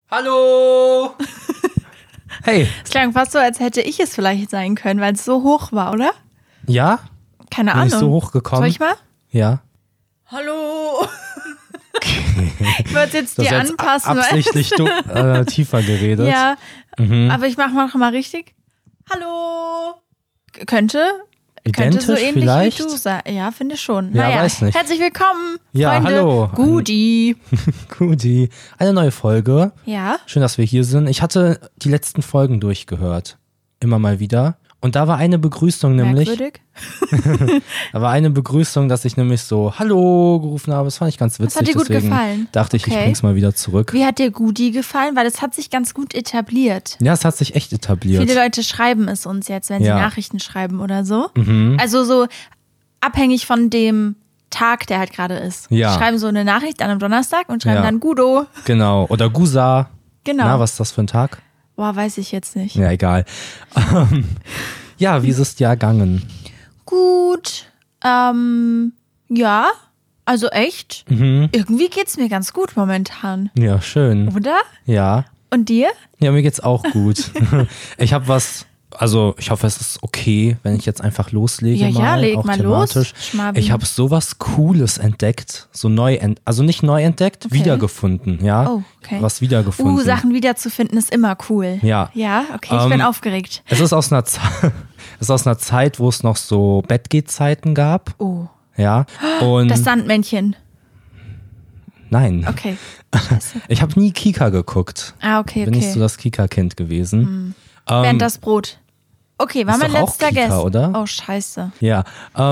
Hallo! Hey. Es klang fast so, als hätte ich es vielleicht sein können, weil es so hoch war, oder? Ja? Keine Bin Ahnung. ich so hoch gekommen? Soll ich mal? Ja. Hallo! Ich würde jetzt Das dir ist jetzt anpassen. absichtlich tiefer geredet. Ja, aber ich mache mal richtig. Hallo! Könnte so ähnlich vielleicht? wie du sein. Ja, finde ich schon. Ja, naja, weiß nicht. herzlich willkommen, Ja, Freunde. hallo. Gudi. Guti. Eine neue Folge. Ja. Schön, dass wir hier sind. Ich hatte die letzten Folgen durchgehört. Immer mal wieder. Und da war eine Begrüßung nämlich. Merkwürdig. Da war eine Begrüßung, dass ich nämlich so Hallo gerufen habe. Das fand ich ganz witzig. Das hat dir gut deswegen gefallen. dachte ich, ich Okay. bring's mal wieder zurück. Wie hat dir Gudi gefallen? Weil es hat sich ganz gut etabliert. Ja, es hat sich echt etabliert. Viele Leute schreiben es uns jetzt, wenn sie Ja. Nachrichten schreiben oder so. Mhm. Also so abhängig von dem Tag, der halt gerade ist. Ja. Schreiben so eine Nachricht an einem Donnerstag und schreiben Ja. dann Gudo. Genau. Oder Gusa. Genau. Na, was ist das für ein Tag? Boah, weiß ich jetzt nicht. Ja, egal. Ja, wie ist es dir ergangen? Gut. Ja. Also echt. Irgendwie geht's mir ganz gut momentan. Ja, schön. Oder? Ja. Und dir? Ja, mir geht's auch gut. Ich habe ich hoffe, es ist okay, wenn ich jetzt einfach loslege. Ja, leg auch mal thematisch. los, Schmabi. Ich habe sowas Cooles entdeckt, also nicht neu entdeckt, Okay. wiedergefunden, ja. Oh, okay. Was wiedergefunden. Sachen wiederzufinden ist immer cool. Ja. Ja, okay, ich bin aufgeregt. Es ist aus einer Zeit, wo es noch so Bettgehzeiten gab, Oh, ja. Und das Sandmännchen. nein, Okay. Scheiße. ich habe nie Kika geguckt. Okay. Bin nicht so das Kika-Kind gewesen. Während das Brot. Okay, war ist mein doch auch letzter Kika, Guest. oder? Oh, scheiße. Ja,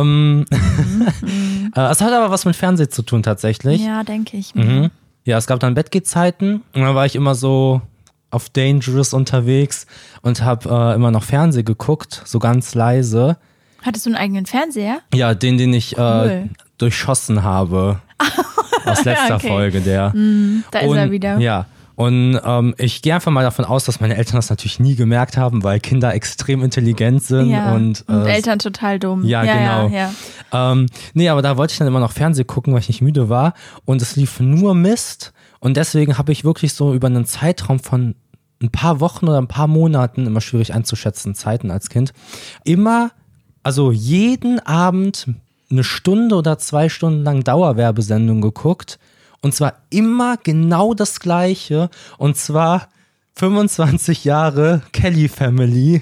es hat aber was mit Fernsehen zu tun tatsächlich. Ja, denke ich. Ja, es gab dann Bettgehzeiten und dann war ich immer so auf Dangerous unterwegs und habe immer noch Fernsehen geguckt, so ganz leise. Hattest du einen eigenen Fernseher? Ja, den ich Cool. durchschossen habe. Aus letzter Okay. Folge, der. Da ist er wieder. Ja. Und ich gehe einfach mal davon aus, dass meine Eltern das natürlich nie gemerkt haben, weil Kinder extrem intelligent sind Ja. und Eltern total dumm. Ja, genau. Ja. Nee, aber da wollte ich dann immer noch Fernsehen gucken, weil ich nicht müde war. Und es lief nur Mist. Und deswegen habe ich wirklich so über einen Zeitraum von ein paar Wochen oder ein paar Monaten, immer schwierig einzuschätzen, Zeiten als Kind, also jeden Abend eine Stunde oder 2 Stunden lang Dauerwerbesendung geguckt. Und zwar immer genau das Gleiche. Und zwar 25 Jahre Kelly Family.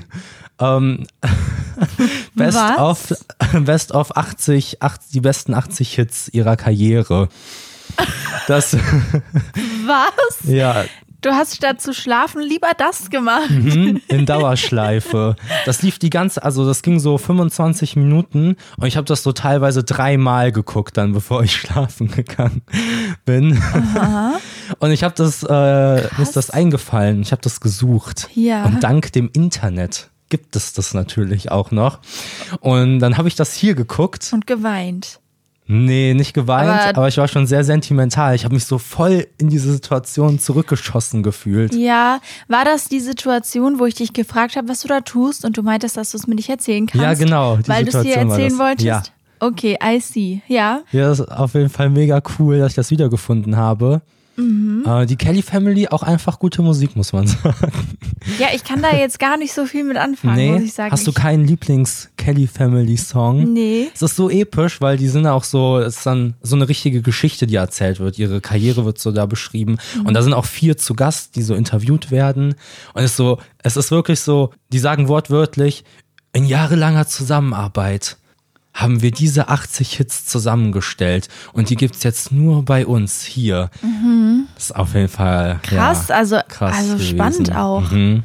Best of 80, die besten 80 Hits ihrer Karriere. Das, Was? ja, Du hast statt zu schlafen lieber das gemacht. in Dauerschleife. Das lief das ging so 25 Minuten und ich habe das so teilweise 3-mal geguckt dann, bevor ich schlafen gegangen bin. Aha. Und ich habe mir ist das eingefallen, ich habe das gesucht. Ja. Und dank dem Internet gibt es das natürlich auch noch. Und dann habe ich das hier geguckt. Und geweint. Nee, nicht geweint, Aber aber ich war schon sehr sentimental. Ich habe mich so voll in diese Situation zurückgeschossen gefühlt. Ja, war das die Situation, wo ich dich gefragt habe, was du da tust und du meintest, dass du es mir nicht erzählen kannst? Ja, genau, die Weil du es dir Situation war erzählen das. wolltest? Ja. Okay, I see. Ja. Ja, das ist auf jeden Fall mega cool, dass ich das wiedergefunden habe. Die Kelly Family, auch einfach gute Musik, muss man sagen. Ja, ich kann da jetzt gar nicht so viel mit anfangen, muss ich sagen. Hast du keinen Lieblings-Kelly Family Song? Nee. Es ist so episch, weil die sind auch so, es ist dann so eine richtige Geschichte, die erzählt wird. Ihre Karriere wird so da beschrieben. Und da sind auch 4 zu Gast, die so interviewt werden. Und es ist wirklich so, die sagen wortwörtlich, in jahrelanger Zusammenarbeit haben wir diese 80 Hits zusammengestellt und die gibt's jetzt nur bei uns hier. Das ist auf jeden Fall Krass, krass also gewesen. spannend auch.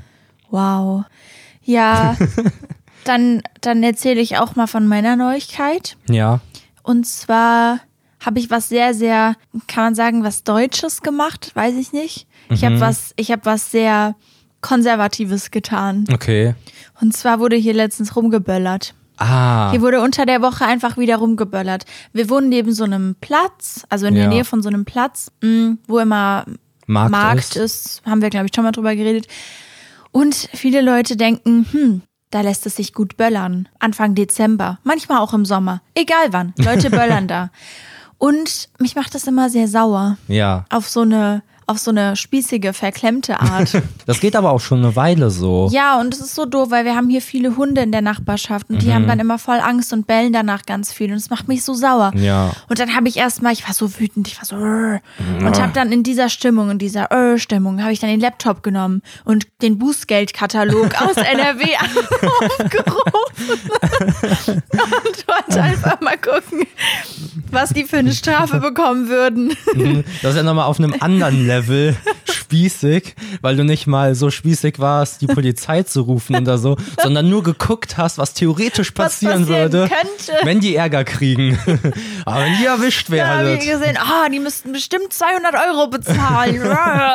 Wow. Ja, dann erzähle ich auch mal von meiner Neuigkeit. Ja. Und zwar habe ich was sehr, sehr, kann man sagen, was Deutsches gemacht, weiß ich nicht. Ich habe was sehr Konservatives getan. Okay. Und zwar wurde hier letztens rumgeböllert. Hier wurde unter der Woche einfach wieder rumgeböllert. Wir wohnen neben so einem Platz, also in der Nähe von so einem Platz, wo immer Markt ist. Haben wir, glaube ich, schon mal drüber geredet. Und viele Leute denken, da lässt es sich gut böllern. Anfang Dezember, manchmal auch im Sommer. Egal wann, Leute böllern da. Und mich macht das immer sehr sauer. Ja. Auf so eine auf so eine spießige, verklemmte Art. Das geht aber auch schon eine Weile so. Ja, und es ist so doof, weil wir haben hier viele Hunde in der Nachbarschaft und die haben dann immer voll Angst und bellen danach ganz viel und es macht mich so sauer. Ja. Und dann habe ich ich war so wütend, ich war so und habe dann in dieser Stimmung, Stimmung, habe ich dann den Laptop genommen und den Bußgeldkatalog aus NRW aufgerufen und wollte einfach mal gucken, was die für eine Strafe bekommen würden. Das ist ja nochmal auf einem anderen Level spießig, weil du nicht mal so spießig warst, die Polizei zu rufen oder so, sondern nur geguckt hast, was theoretisch passieren würde, wenn die Ärger kriegen. Aber wenn die erwischt werden. Da habe ich gesehen, die müssten bestimmt 200 € bezahlen.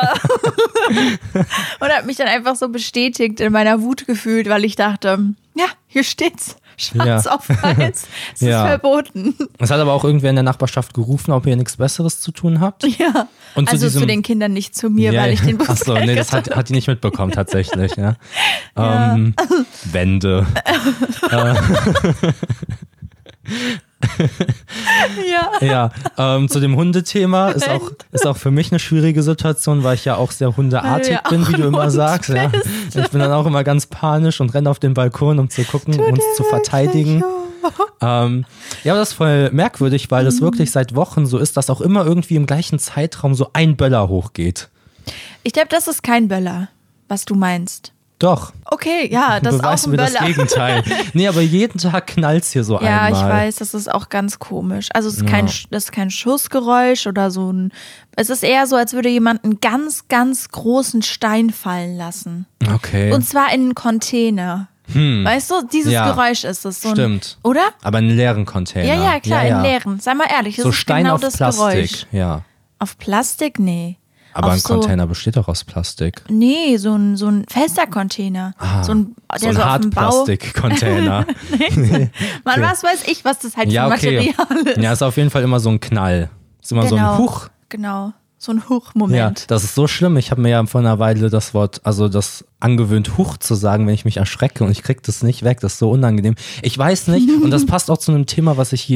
Und habe mich dann einfach so bestätigt in meiner Wut gefühlt, weil ich dachte, ja, hier steht's. Schwarz auf weiß. Es ist verboten. Es hat aber auch irgendwer in der Nachbarschaft gerufen, ob ihr nichts Besseres zu tun habt. Ja, und also zu den Kindern, nicht zu mir, weil ich den Bus Achso, nee, das hat die nicht mitbekommen tatsächlich. Ja. Wände. Zu dem Hundethema ist auch für mich eine schwierige Situation, weil ich ja auch sehr hundeartig bin, wie du immer sagst. Ja. Ich bin dann auch immer ganz panisch und renne auf den Balkon, um zu gucken, uns zu verteidigen. Aber das ist voll merkwürdig, weil es wirklich seit Wochen so ist, dass auch immer irgendwie im gleichen Zeitraum so ein Böller hochgeht. Ich glaube, das ist kein Böller, was du meinst. Doch. Okay, ja, das ist auch ein Böller. Das Gegenteil. Nee, aber jeden Tag knallt's hier so einmal. Ja, ich weiß, das ist auch ganz komisch. Also es ist das ist kein Schussgeräusch oder so ein. Es ist eher so, als würde jemand einen ganz, ganz großen Stein fallen lassen. Okay. Und zwar in einen Container. Weißt du, dieses Geräusch ist es. So stimmt. Oder? Aber in einen leeren Container. Ja, klar, in leeren. Sei mal ehrlich, das so ist Stein genau auf das Plastik. Geräusch. Ja. Auf Plastik? Nee. Aber ein Container besteht doch aus Plastik. Nee, so ein fester Container. So ein Hartplastik-Container. Nee. Mann, was weiß ich, was das halt für Material ist. Ja, ist auf jeden Fall immer so ein Knall. Ist immer so ein Huch. Genau, so ein Huch-Moment. Ja, das ist so schlimm. Ich habe mir ja vor einer Weile das angewöhnt, Huch zu sagen, wenn ich mich erschrecke und ich krieg das nicht weg. Das ist so unangenehm. Ich weiß nicht, und das passt auch zu einem Thema, was ich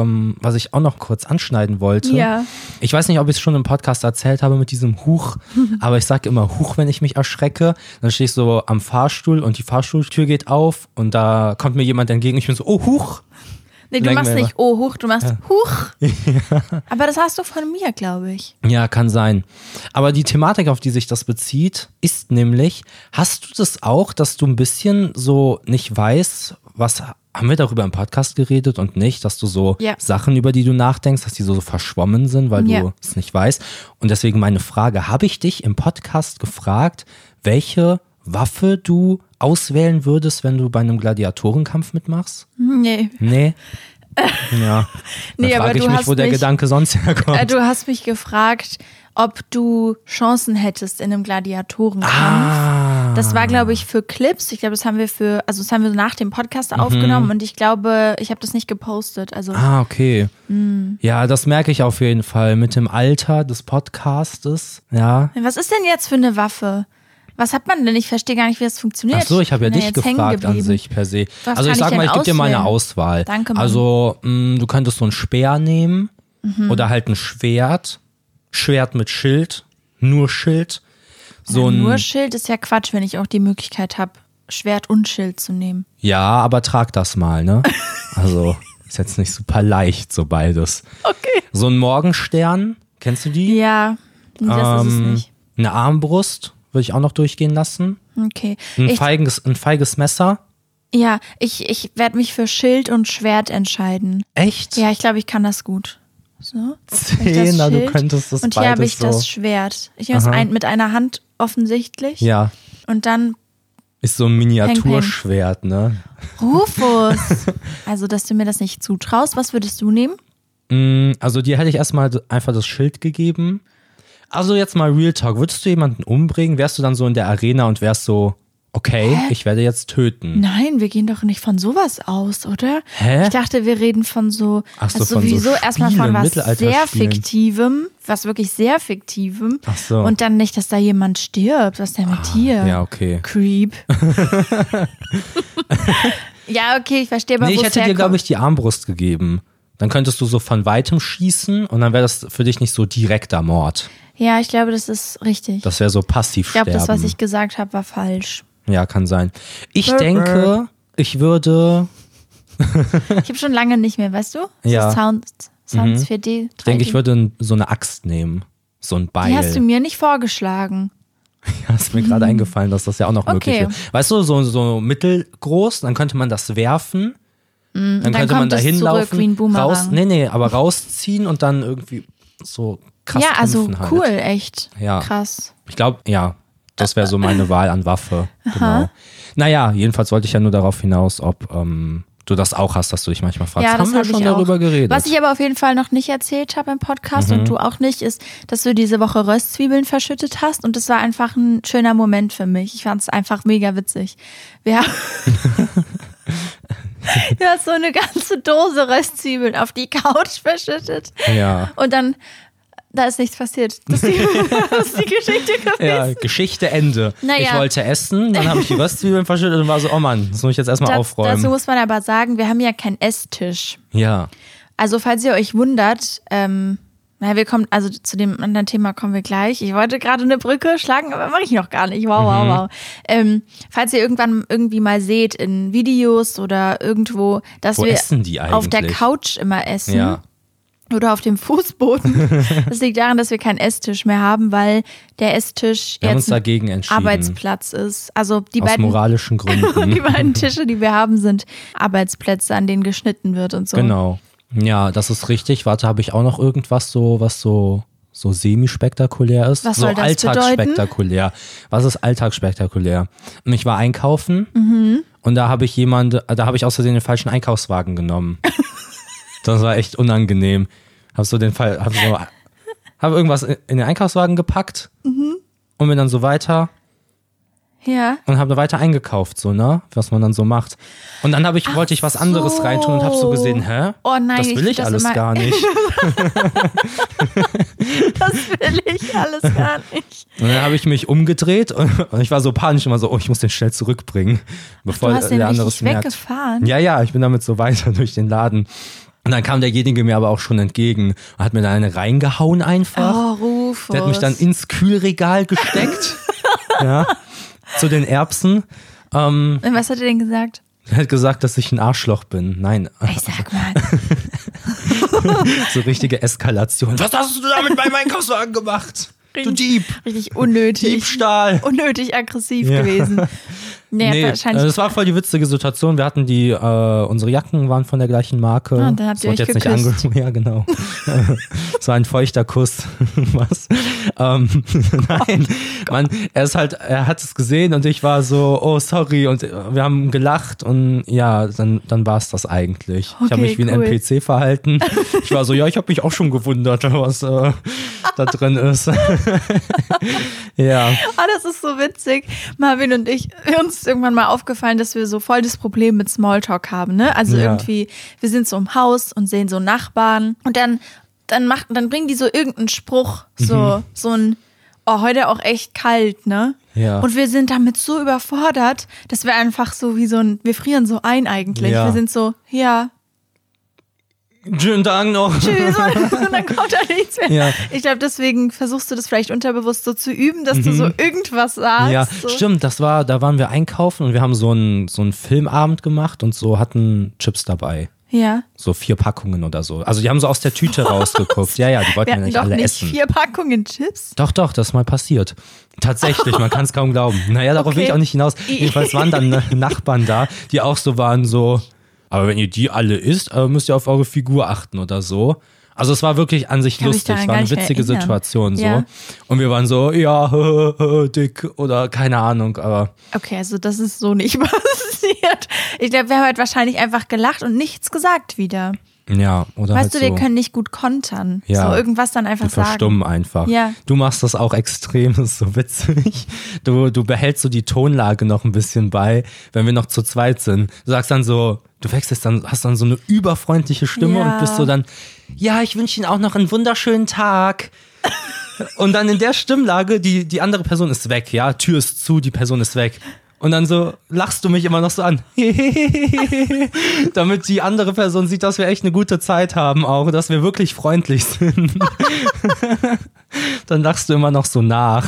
auch noch kurz anschneiden wollte. Ja. Ich weiß nicht, ob ich es schon im Podcast erzählt habe mit diesem Huch, aber ich sage immer Huch, wenn ich mich erschrecke. Dann stehe ich so am Fahrstuhl und die Fahrstuhltür geht auf und da kommt mir jemand entgegen. Ich bin so, oh, Huch. Nee, du machst nicht oh, Huch, du machst Huch. Ja. Aber das hast du von mir, glaube ich. Ja, kann sein. Aber die Thematik, auf die sich das bezieht, ist nämlich, hast du das auch, dass du ein bisschen so nicht weißt, haben wir darüber im Podcast geredet und nicht, dass du so Sachen, über die du nachdenkst, dass die so verschwommen sind, weil du es nicht weißt. Und deswegen meine Frage, habe ich dich im Podcast gefragt, welche Waffe du auswählen würdest, wenn du bei einem Gladiatorenkampf mitmachst? Nee. Nee? Ja. Dann frage ich mich, wo der Gedanke sonst herkommt. Du hast mich gefragt, ob du Chancen hättest in einem Gladiatorenkampf. Das war, glaube ich, für Clips. Ich glaube, das haben wir nach dem Podcast aufgenommen und ich glaube, ich habe das nicht gepostet. Also. Okay. Ja, das merke ich auf jeden Fall mit dem Alter des Podcastes. Ja. Was ist denn jetzt für eine Waffe? Was hat man denn? Ich verstehe gar nicht, wie das funktioniert. Ach so, ich habe ja dich gefragt an sich per se. Also ich sag mal, ich gebe dir mal eine Auswahl. Danke, Mann. Also du könntest so ein Speer nehmen oder halt ein Schwert. Schwert mit Schild, nur Schild. Nur Schild ist ja Quatsch, wenn ich auch die Möglichkeit habe, Schwert und Schild zu nehmen. Ja, aber trag das mal, ne? Also ist jetzt nicht super leicht, so beides. Okay. So ein Morgenstern, kennst du die? Ja, das ist es nicht. Eine Armbrust. Würde ich auch noch durchgehen lassen. Okay. Ein feiges Messer. Ja, ich werde mich für Schild und Schwert entscheiden. Echt? Ja, ich glaube, ich kann das gut. So. 10, du könntest das und hier habe ich das Schwert. Ich habe es mit einer Hand offensichtlich. Ja. Und dann ist so ein Miniaturschwert, ne? Rufus. Also, dass du mir das nicht zutraust. Was würdest du nehmen? Also, dir hätte ich erstmal einfach das Schild gegeben. Also jetzt mal Real Talk, würdest du jemanden umbringen? Wärst du dann so in der Arena und wärst so, okay, ich werde jetzt töten? Nein, wir gehen doch nicht von sowas aus, oder? Hä? Ich dachte, wir reden von so, von sowieso so erstmal von was sehr Fiktivem, was wirklich sehr Fiktivem. Ach so. Und dann nicht, dass da jemand stirbt. Was ist denn mit dir? Ja, okay. Creep. Ja, okay, ich verstehe, aber ich hätte dir, glaube ich, die Armbrust gegeben. Dann könntest du so von weitem schießen und dann wäre das für dich nicht so direkter Mord. Ja, ich glaube, das ist richtig. Das wäre so passiv sterben. Ich glaube, das, was ich gesagt habe, war falsch. Ja, kann sein. Ich denke, ich würde... Ich habe schon lange nicht mehr, weißt du? Ja. So Sounds 4D. 3D. Ich denke, ich würde so eine Axt nehmen. So ein Beil. Die hast du mir nicht vorgeschlagen. Ja, ist mir gerade eingefallen, dass das ja auch noch möglich ist. Weißt du, so mittelgroß, dann könnte man das werfen. Dann könnte man da hinlaufen, aber rausziehen und dann irgendwie so krass ja, also halt. Cool, echt. Ja. Krass. Ich glaube, ja, das wäre so meine Wahl an Waffe. Genau. Naja, jedenfalls wollte ich ja nur darauf hinaus, ob du das auch hast, dass du dich manchmal fragst. Ja, haben wir schon darüber geredet. Was ich aber auf jeden Fall noch nicht erzählt habe im Podcast und du auch nicht, ist, dass du diese Woche Röstzwiebeln verschüttet hast und das war einfach ein schöner Moment für mich. Ich fand es einfach mega witzig. Du hast so eine ganze Dose Röstzwiebeln auf die Couch verschüttet. Ja. Und dann, da ist nichts passiert. Das ist die Geschichte gewesen. Ja, Geschichte Ende. Naja. Ich wollte essen, dann habe ich die Röstzwiebeln verschüttet und war so, oh Mann, das muss ich jetzt erstmal aufräumen. Dazu muss man aber sagen, wir haben ja keinen Esstisch. Ja. Also falls ihr euch wundert, wir kommen, also zu dem anderen Thema kommen wir gleich. Ich wollte gerade eine Brücke schlagen, aber mache ich noch gar nicht. Wow. Falls ihr irgendwann irgendwie mal seht in Videos oder irgendwo, dass wir auf der Couch immer essen. Ja. Oder auf dem Fußboden. Das liegt daran, dass wir keinen Esstisch mehr haben, weil der Esstisch jetzt ein Arbeitsplatz ist. Also aus moralischen Gründen. Die beiden Tische, die wir haben, sind Arbeitsplätze, an denen geschnitten wird und so. Genau. Ja, das ist richtig. Warte, habe ich auch noch irgendwas was so semi-spektakulär ist? Was soll das alltagsspektakulär. bedeuten? Was ist alltagsspektakulär? Ich war einkaufen und da habe ich aus Versehen den falschen Einkaufswagen genommen. Das war echt unangenehm. Hab irgendwas in den Einkaufswagen gepackt und bin dann so weiter. Ja. Und habe weiter eingekauft, so, ne? Was man dann so macht. Und dann wollte ich was anderes reintun und habe so gesehen, hä? Oh nein, das will ich alles gar nicht. Das will ich alles gar nicht. Und dann habe ich mich umgedreht und ich war so panisch immer so, oh, ich muss den schnell zurückbringen. Bevor du hast den der anderes richtig weggefahren? Ja, ich bin damit so weiter durch den Laden. Und dann kam derjenige mir aber auch schon entgegen und hat mir da eine reingehauen einfach. Oh, Rufus. Der hat mich dann ins Kühlregal gesteckt. Ja. Zu den Erbsen. Und was hat er denn gesagt? Er hat gesagt, dass ich ein Arschloch bin. Nein. Ich sag mal. So richtige Eskalation. Was hast du da mit meinem Einkaufswagen gemacht? Du Dieb. Richtig unnötig. Diebstahl. Unnötig aggressiv gewesen. Nee, wahrscheinlich. Das war voll die witzige Situation. Wir hatten unsere Jacken waren von der gleichen Marke. Und dann habt ihr euch jetzt geküsst. Ja, genau. Es war ein feuchter Kuss. Was? Nein, Mann, er hat es gesehen und ich war so, oh, sorry. Und wir haben gelacht und ja, dann war es das eigentlich. Okay, ich habe mich wie ein NPC verhalten. Ich war so, ja, ich habe mich auch schon gewundert, was da drin ist. Ja. Oh, das ist so witzig. Marvin und ich, uns ist irgendwann mal aufgefallen, dass wir so voll das Problem mit Smalltalk haben, ne? Also irgendwie, wir sind so im Haus und sehen so Nachbarn und dann bringen die so irgendeinen Spruch, so ein, oh, heute auch echt kalt, ne? Ja. Und wir sind damit so überfordert, dass wir einfach so wie wir frieren so ein eigentlich. Ja. Wir sind so, ja. Schönen Tag noch. Tschüss. Und dann kommt da nichts mehr. Ja. Ich glaube, deswegen versuchst du das vielleicht unterbewusst so zu üben, dass du so irgendwas sagst. Ja, so. Stimmt. Da waren wir einkaufen und wir haben so einen Filmabend gemacht und so hatten Chips dabei. Ja. So 4 Packungen oder so. Also die haben so aus der Tüte rausgeguckt. Ja, die wollten ja nicht alle essen. 4 Packungen Chips? Doch, das ist mal passiert. Tatsächlich, man kann es kaum glauben. Naja, darauf will ich auch nicht hinaus. Jedenfalls waren dann Nachbarn da, die auch so waren so, aber wenn ihr die alle isst, müsst ihr auf eure Figur achten oder so. Also es war wirklich an sich lustig, es war eine witzige Situation so. Ja. Und wir waren so, ja, dick oder keine Ahnung, aber... Okay, also das ist so nicht passiert. Ich glaube, wir haben halt wahrscheinlich einfach gelacht und nichts gesagt wieder. Ja, oder weißt halt du, wir können nicht gut kontern. Ja, so irgendwas dann einfach sagen. Verstummen einfach. Ja. Du machst das auch extrem, das ist so witzig. Du behältst so die Tonlage noch ein bisschen bei, wenn wir noch zu zweit sind. Du sagst dann so, du wechselst dann, hast dann so eine überfreundliche Stimme und bist so dann, ja, ich wünsche Ihnen auch noch einen wunderschönen Tag. Und dann in der Stimmlage, die andere Person ist weg, ja, Tür ist zu, die Person ist weg. Und dann so lachst du mich immer noch so an. Damit die andere Person sieht, dass wir echt eine gute Zeit haben auch, dass wir wirklich freundlich sind. Dann lachst du immer noch so nach.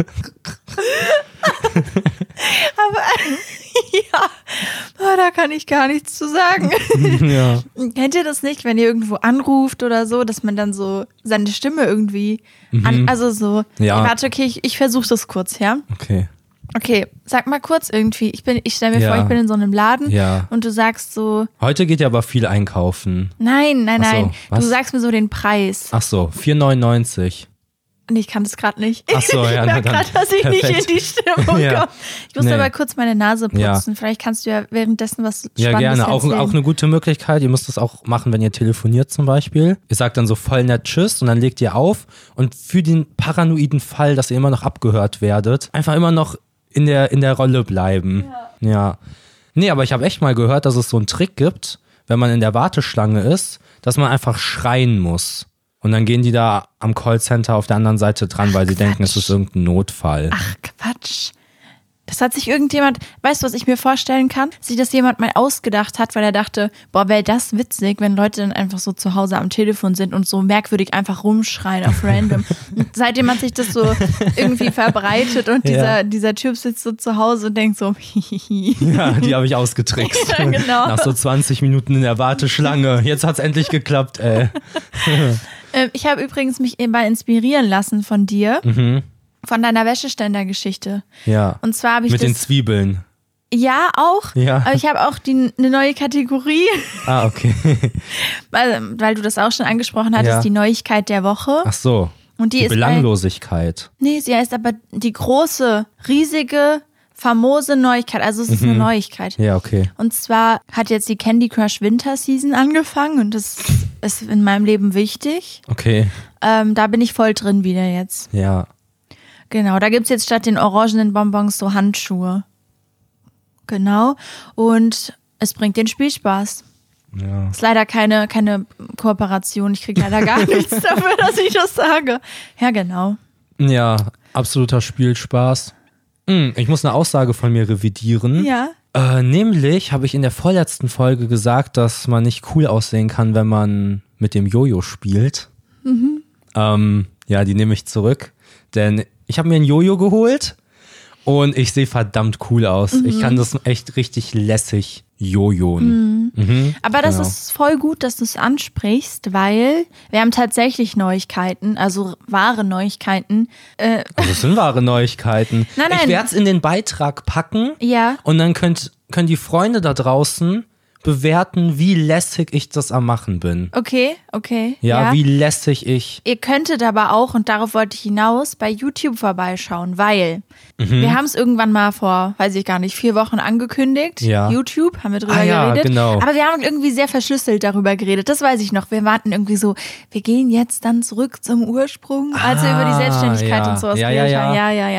Aber ja, da kann ich gar nichts zu sagen. Ja. Kennt ihr das nicht, wenn ihr irgendwo anruft oder so, dass man dann so seine Stimme irgendwie also so. Ja. Warte, okay, ich versuche das kurz, ja? Okay, sag mal kurz irgendwie. Ich stelle mir vor, ich bin in so einem Laden und du sagst so. Heute geht ja aber viel einkaufen. Nein. Was? Du sagst mir so den Preis. Ach so, 4,99. Nee, ich kann das gerade nicht. Ach so, ja. Ich merke gerade, dass ich nicht in die Stimmung komme. Ich muss aber kurz meine Nase putzen. Ja. Vielleicht kannst du ja währenddessen was Spannendes Ja, gerne. Auch erzählen. Auch eine gute Möglichkeit. Ihr müsst das auch machen, wenn ihr telefoniert zum Beispiel. Ihr sagt dann so voll nett Tschüss und dann legt ihr auf. Und für den paranoiden Fall, dass ihr immer noch abgehört werdet, einfach immer noch in der Rolle bleiben. Ja. Nee, aber ich habe echt mal gehört, dass es so einen Trick gibt, wenn man in der Warteschlange ist, dass man einfach schreien muss. Und dann gehen die da am Callcenter auf der anderen Seite dran, weil sie denken, es ist irgendein Notfall. Ach, Quatsch. Das hat sich irgendjemand, weißt du, was ich mir vorstellen kann? Dass sich das jemand mal ausgedacht hat, weil er dachte, boah, wäre das witzig, wenn Leute dann einfach so zu Hause am Telefon sind und so merkwürdig einfach rumschreien auf random. Und seitdem hat sich das so irgendwie verbreitet und dieser Typ sitzt so zu Hause und denkt so, Ja, die habe ich ausgetrickst. Ja, genau. Nach so 20 Minuten in der Warteschlange. Jetzt hat's endlich geklappt, ey. Ich habe übrigens mich mal inspirieren lassen von dir. Von deiner Wäscheständer-Geschichte. Ja. Und zwar habe ich mit den Zwiebeln. Ja, auch. Ja. Aber ich habe auch eine neue Kategorie. Ah, okay. weil du das auch schon angesprochen hattest, die Neuigkeit der Woche. Ach so. Und die ist Belanglosigkeit. Nee, sie heißt aber die große, riesige, famose Neuigkeit. Also es ist eine Neuigkeit. Ja, okay. Und zwar hat jetzt die Candy Crush Winter Season angefangen und das ist in meinem Leben wichtig. Okay. Da bin ich voll drin wieder jetzt. Ja. Genau, da gibt's jetzt statt den orangenen Bonbons so Handschuhe. Genau. Und es bringt den Spielspaß. Ja. Ist leider keine Kooperation. Ich kriege leider gar nichts dafür, dass ich das sage. Ja, genau. Ja, absoluter Spielspaß. Ich muss eine Aussage von mir revidieren. Ja. Nämlich habe ich in der vorletzten Folge gesagt, dass man nicht cool aussehen kann, wenn man mit dem Jojo spielt. Ja, die nehme ich zurück. Denn ich habe mir ein Jojo geholt und ich sehe verdammt cool aus. Ich kann das echt richtig lässig jojoen. Aber das ist voll gut, dass du es ansprichst, weil wir haben tatsächlich Neuigkeiten, also wahre Neuigkeiten. Also es sind wahre Neuigkeiten. Nein. Ich werde es in den Beitrag packen und dann können die Freunde da draußen bewerten, wie lässig ich das am Machen bin. Okay. Ja, wie lässig ich. Ihr könntet aber auch, und darauf wollte ich hinaus, bei YouTube vorbeischauen, weil wir haben es irgendwann mal vor, weiß ich gar nicht, 4 Wochen angekündigt. Ja. YouTube, haben wir drüber ja, geredet. Genau. Aber wir haben irgendwie sehr verschlüsselt darüber geredet. Das weiß ich noch. Wir warten irgendwie so, wir gehen jetzt dann zurück zum Ursprung, als wir über die Selbstständigkeit und sowas geredet haben.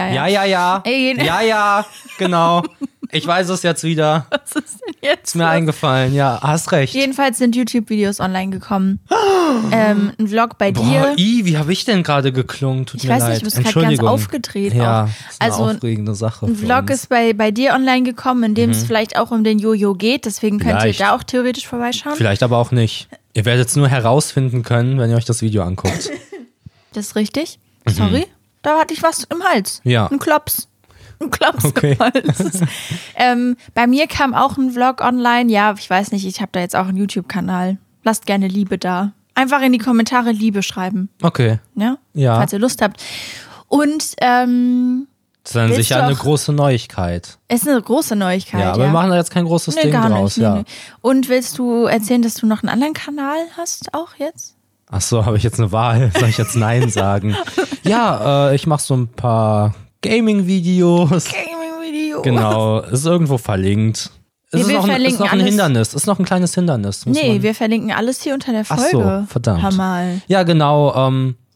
Ja, genau. Ich weiß es jetzt wieder. Was ist denn jetzt? Ist mir eingefallen, ja, hast recht. Jedenfalls sind YouTube-Videos online gekommen. Ein Vlog bei dir. Wie habe ich denn gerade geklungen? Tut ich mir weiß leid. nicht, du bist gerade ganz aufgedreht. Ja, auch. ist eine aufregende Sache. Ein Vlog ist bei dir online gekommen, in dem es vielleicht auch um den Jojo geht. Deswegen könnt ihr da auch theoretisch vorbeischauen. Vielleicht aber auch nicht. Ihr werdet es nur herausfinden können, wenn ihr euch das Video anguckt. Das ist richtig. Sorry, da hatte ich was im Hals. Ja. Ein Klops. Okay. Bei mir kam auch ein Vlog online. Ja, ich weiß nicht, ich habe da jetzt auch einen YouTube-Kanal. Lasst gerne Liebe da. Einfach in die Kommentare Liebe schreiben. Okay. Ja. Falls ihr Lust habt. Und das ist dann sicher eine große Neuigkeit. Ist eine große Neuigkeit. Ja, aber wir machen da jetzt kein großes Ding draus. Nee. Und willst du erzählen, dass du noch einen anderen Kanal hast, auch jetzt? Ach so, habe ich jetzt eine Wahl? Soll ich jetzt Nein sagen? Ja, ich mache so ein paar Gaming-Videos. Genau, ist irgendwo verlinkt. Ist noch ein Hindernis, ist noch ein kleines Hindernis. Wir verlinken alles hier unter der Folge. Ach so, verdammt. Hammer. Ja, genau,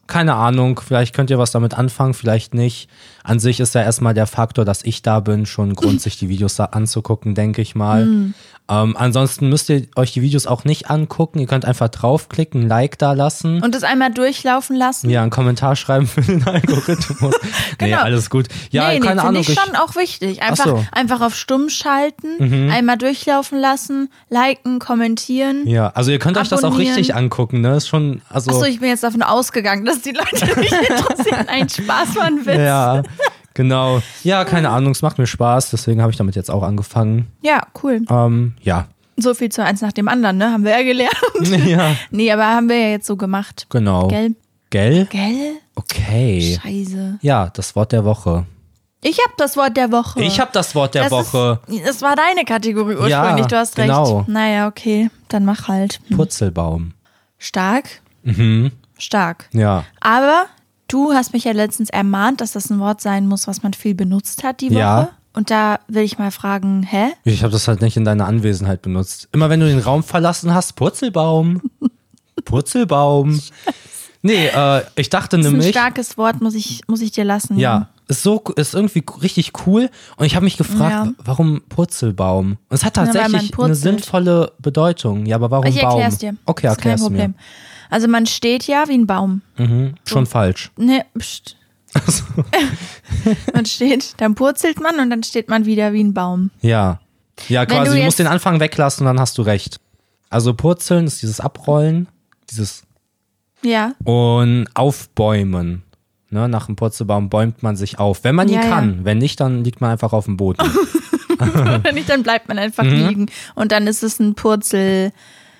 keine Ahnung, vielleicht könnt ihr was damit anfangen, vielleicht nicht. An sich ist ja erstmal der Faktor, dass ich da bin, schon Grund, sich die Videos da anzugucken, denke ich mal. Ansonsten müsst ihr euch die Videos auch nicht angucken. Ihr könnt einfach draufklicken, ein Like da lassen. Und das einmal durchlaufen lassen. Ja, einen Kommentar schreiben für den Algorithmus. Nee, alles gut. Ja, keine Ahnung. Finde ich schon auch wichtig. Einfach auf stumm schalten, einmal durchlaufen lassen, liken, kommentieren. Ja, also ihr könnt euch das auch richtig angucken, ne? Ist schon, also achso, ich bin jetzt davon ausgegangen, dass die Leute mich interessieren. Ein Spaß, war ein Witz. Ja, genau. Ja, keine Ahnung, es macht mir Spaß, deswegen habe ich damit jetzt auch angefangen. Ja, cool. Ja. So viel zu eins nach dem anderen, ne? Haben wir ja gelernt. Ja. Nee, aber haben wir ja jetzt so gemacht. Genau. Gell? Gell? Okay. Scheiße. Ja, das Wort der Woche. Ich habe das Wort der Woche. Ich habe das Wort der Woche. Das war deine Kategorie ursprünglich, ja, du hast recht. Genau. Naja, okay, dann mach halt. Purzelbaum. Stark. Stark. Ja. Aber du hast mich ja letztens ermahnt, dass das ein Wort sein muss, was man viel benutzt hat die Woche. Ja. Und da will ich mal fragen, hä? Ich habe das halt nicht in deiner Anwesenheit benutzt. Immer wenn du den Raum verlassen hast, Purzelbaum. Purzelbaum. Nee, ich dachte nämlich. Das ist ein starkes Wort, muss ich dir lassen. Ja, ist irgendwie richtig cool. Und ich habe mich gefragt, warum Purzelbaum? Und es hat tatsächlich eine sinnvolle Bedeutung. Ja, aber warum Baum? Ich erklär's dir. Okay, erklär's mir. Problem. Also man steht ja wie ein Baum. Schon falsch. Nee, pst. Also. Man steht, dann purzelt man und dann steht man wieder wie ein Baum. Ja. Ja, quasi, du musst den Anfang weglassen und dann hast du recht. Also purzeln ist dieses Abrollen, dieses und aufbäumen. Ne, nach dem Purzelbaum bäumt man sich auf, wenn man ihn kann. Ja. Wenn nicht, dann liegt man einfach auf dem Boden. Wenn nicht, dann bleibt man einfach liegen. Und dann ist es eine Purzelmatte.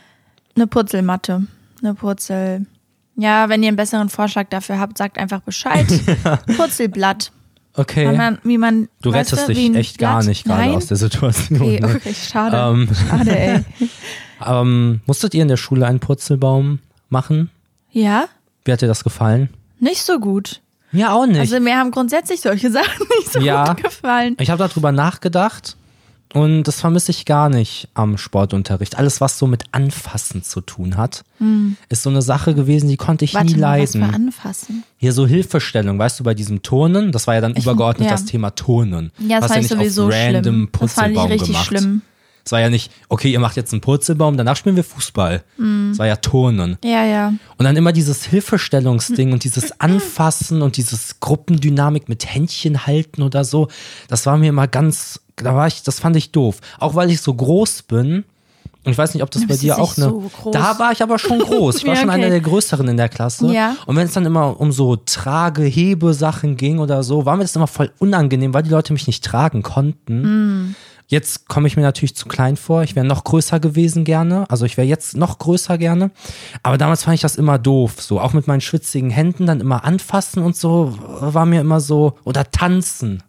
Eine Purzel. Ja, wenn ihr einen besseren Vorschlag dafür habt, sagt einfach Bescheid. Purzelblatt. Okay. Du rettest dich echt gar nicht gerade aus der Situation. Okay, schade. Schade, ey. Musstet ihr in der Schule einen Purzelbaum machen? Ja. Wie hat dir das gefallen? Nicht so gut. Mir auch nicht. Also mir haben grundsätzlich solche Sachen nicht so gut gefallen. Ich habe darüber nachgedacht und das vermisse ich gar nicht am Sportunterricht. Alles, was so mit Anfassen zu tun hat, ist so eine Sache gewesen, die konnte ich nie leiden. Was für Anfassen? Hier so Hilfestellung, weißt du, bei diesem Turnen, das war ja dann übergeordnet das Thema Turnen. Ja, das fand ich sowieso schlimm. Das fand ich richtig schlimm. Es war ja nicht, okay, ihr macht jetzt einen Purzelbaum, danach spielen wir Fußball. Es war ja Turnen. Ja. Und dann immer dieses Hilfestellungsding und dieses Anfassen und dieses Gruppendynamik mit Händchen halten oder so. Das war mir immer das fand ich doof. Auch weil ich so groß bin. Und ich weiß nicht, ob das bei dir auch so groß. Da war ich aber schon groß. Ich war schon einer der Größeren in der Klasse. Ja. Und wenn es dann immer um so Trage-Hebe-Sachen ging oder so, war mir das immer voll unangenehm, weil die Leute mich nicht tragen konnten. Jetzt komme ich mir natürlich zu klein vor. Ich wäre noch größer gewesen gerne. Also ich wäre jetzt noch größer gerne. Aber damals fand ich das immer doof. So auch mit meinen schwitzigen Händen dann immer anfassen und so war mir immer so. Oder tanzen.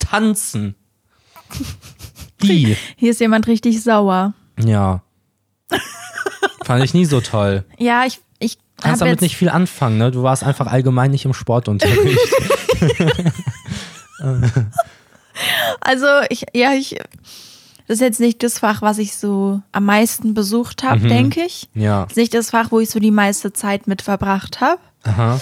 Hier ist jemand richtig sauer. Ja. Fand ich nie so toll. Ja, ich kannst damit nicht viel anfangen, ne? Du warst einfach allgemein nicht im Sportunterricht. Also das ist jetzt nicht das Fach, was ich so am meisten besucht habe, denke ich. Ja. Das ist nicht das Fach, wo ich so die meiste Zeit mit verbracht habe. Aha.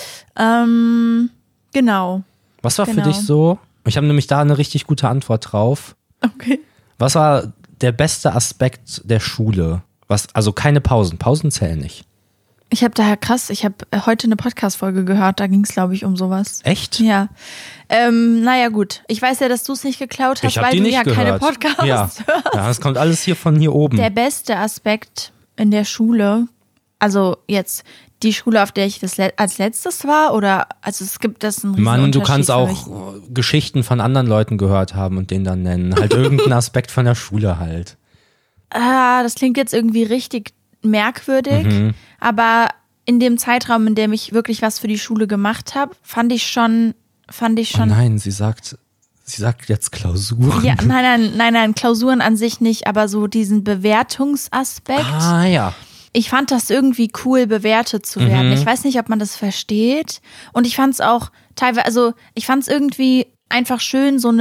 Genau. Was war für dich so? Ich habe nämlich da eine richtig gute Antwort drauf. Okay. Was war der beste Aspekt der Schule? Also keine Pausen. Pausen zählen nicht. Ich habe heute eine Podcast-Folge gehört, da ging es, glaube ich, um sowas. Echt? Ja. Naja, gut. Ich weiß ja, dass du es nicht geklaut hast, weil du ja keine Podcasts hörst. Ja, das kommt alles hier von hier oben. Der beste Aspekt in der Schule, also jetzt die Schule, auf der ich als letztes war, oder, also es gibt das einen riesen Unterschied. Du kannst auch Geschichten von anderen Leuten gehört haben und den dann nennen. Halt irgendeinen Aspekt von der Schule halt. Das klingt jetzt irgendwie richtig merkwürdig, aber in dem Zeitraum, in dem ich wirklich was für die Schule gemacht habe, fand ich schon. Oh nein, sie sagt jetzt Klausuren. Ja, nein, Klausuren an sich nicht, aber so diesen Bewertungsaspekt. Ah ja. Ich fand das irgendwie cool, bewertet zu werden. Ich weiß nicht, ob man das versteht. Und ich fand es auch teilweise, also ich fand es irgendwie einfach schön, so eine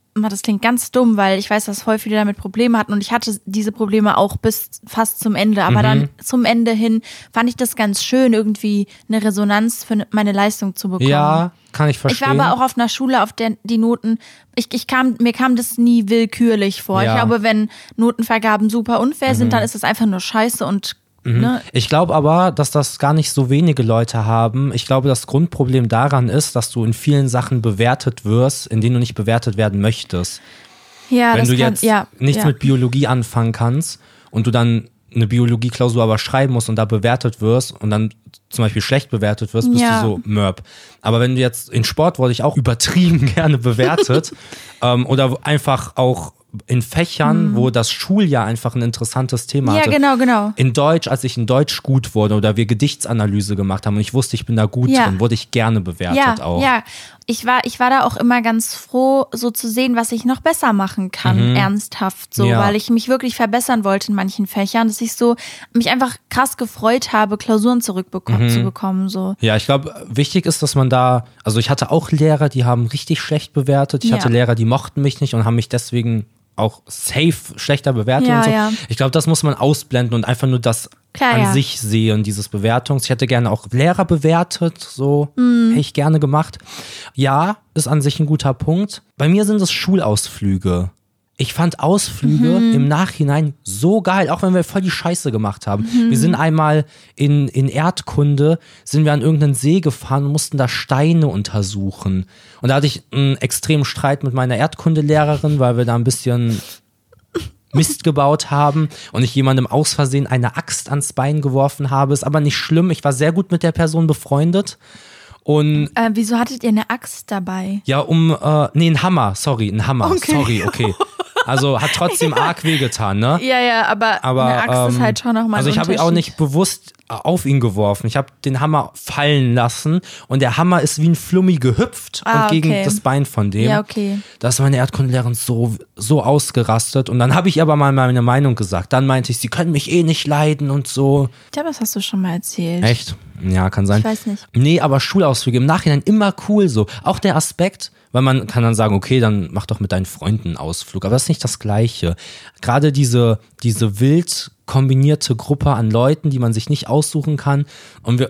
das klingt ganz dumm, weil ich weiß, dass voll viele damit Probleme hatten und ich hatte diese Probleme auch bis fast zum Ende. Aber dann zum Ende hin fand ich das ganz schön, irgendwie eine Resonanz für meine Leistung zu bekommen. Ja, kann ich verstehen. Ich war aber auch auf einer Schule, auf der die Noten, mir kam das nie willkürlich vor. Ja. Ich glaube, wenn Notenvergaben super unfair sind, dann ist das einfach nur scheiße und ne? Ich glaube aber, dass das gar nicht so wenige Leute haben. Ich glaube, das Grundproblem daran ist, dass du in vielen Sachen bewertet wirst, in denen du nicht bewertet werden möchtest. Ja, wenn du jetzt nichts mit Biologie anfangen kannst und du dann eine Biologie-Klausur aber schreiben musst und da bewertet wirst und dann zum Beispiel schlecht bewertet wirst, bist du so Mörb. Aber wenn du jetzt in Sport wurde ich auch übertrieben gerne bewertet oder einfach auch in Fächern, wo das Schuljahr einfach ein interessantes Thema hatte. Ja, genau. In Deutsch, als ich in Deutsch gut wurde oder wir Gedichtsanalyse gemacht haben und ich wusste, ich bin da gut drin, wurde ich gerne bewertet auch. Ja, ich war da auch immer ganz froh, so zu sehen, was ich noch besser machen kann, ernsthaft so, weil ich mich wirklich verbessern wollte in manchen Fächern, dass ich so mich einfach krass gefreut habe, Klausuren zu bekommen. So. Ja, ich glaube, wichtig ist, dass man da, also ich hatte auch Lehrer, die haben richtig schlecht bewertet. Ich hatte Lehrer, die mochten mich nicht und haben mich deswegen auch safe schlechter bewertet und so. Ja. Ich glaube, das muss man ausblenden und einfach nur das an sich sehen, dieses Bewertungs. Ich hätte gerne auch Lehrer bewertet, so hätte ich gerne gemacht. Ja, ist an sich ein guter Punkt. Bei mir sind es Schulausflüge. Ich fand Ausflüge im Nachhinein so geil, auch wenn wir voll die Scheiße gemacht haben. Wir sind einmal in Erdkunde, sind wir an irgendeinen See gefahren und mussten da Steine untersuchen. Und da hatte ich einen extremen Streit mit meiner Erdkundelehrerin, weil wir da ein bisschen Mist gebaut haben und ich jemandem aus Versehen eine Axt ans Bein geworfen habe. Ist aber nicht schlimm, ich war sehr gut mit der Person befreundet. Und wieso hattet ihr eine Axt dabei? Ja, ein Hammer. Okay. Also hat trotzdem arg wehgetan, ne? Ja, aber eine Axt ist halt schon nochmal Also ich habe ihn auch nicht bewusst auf ihn geworfen. Ich habe den Hammer fallen lassen und der Hammer ist wie ein Flummi gehüpft und gegen das Bein von dem. Ja, okay. Da ist meine Erdkundelehrerin so ausgerastet und dann habe ich aber mal meine Meinung gesagt. Dann meinte ich, sie können mich eh nicht leiden und so. Ich glaube, das hast du schon mal erzählt. Echt? Ja, kann sein. Ich weiß nicht. Nee, aber Schulausflüge im Nachhinein immer cool so. Auch der Aspekt, weil man kann dann sagen, okay, dann mach doch mit deinen Freunden einen Ausflug. Aber das ist nicht das Gleiche. Gerade diese wild kombinierte Gruppe an Leuten, die man sich nicht aussuchen kann. Und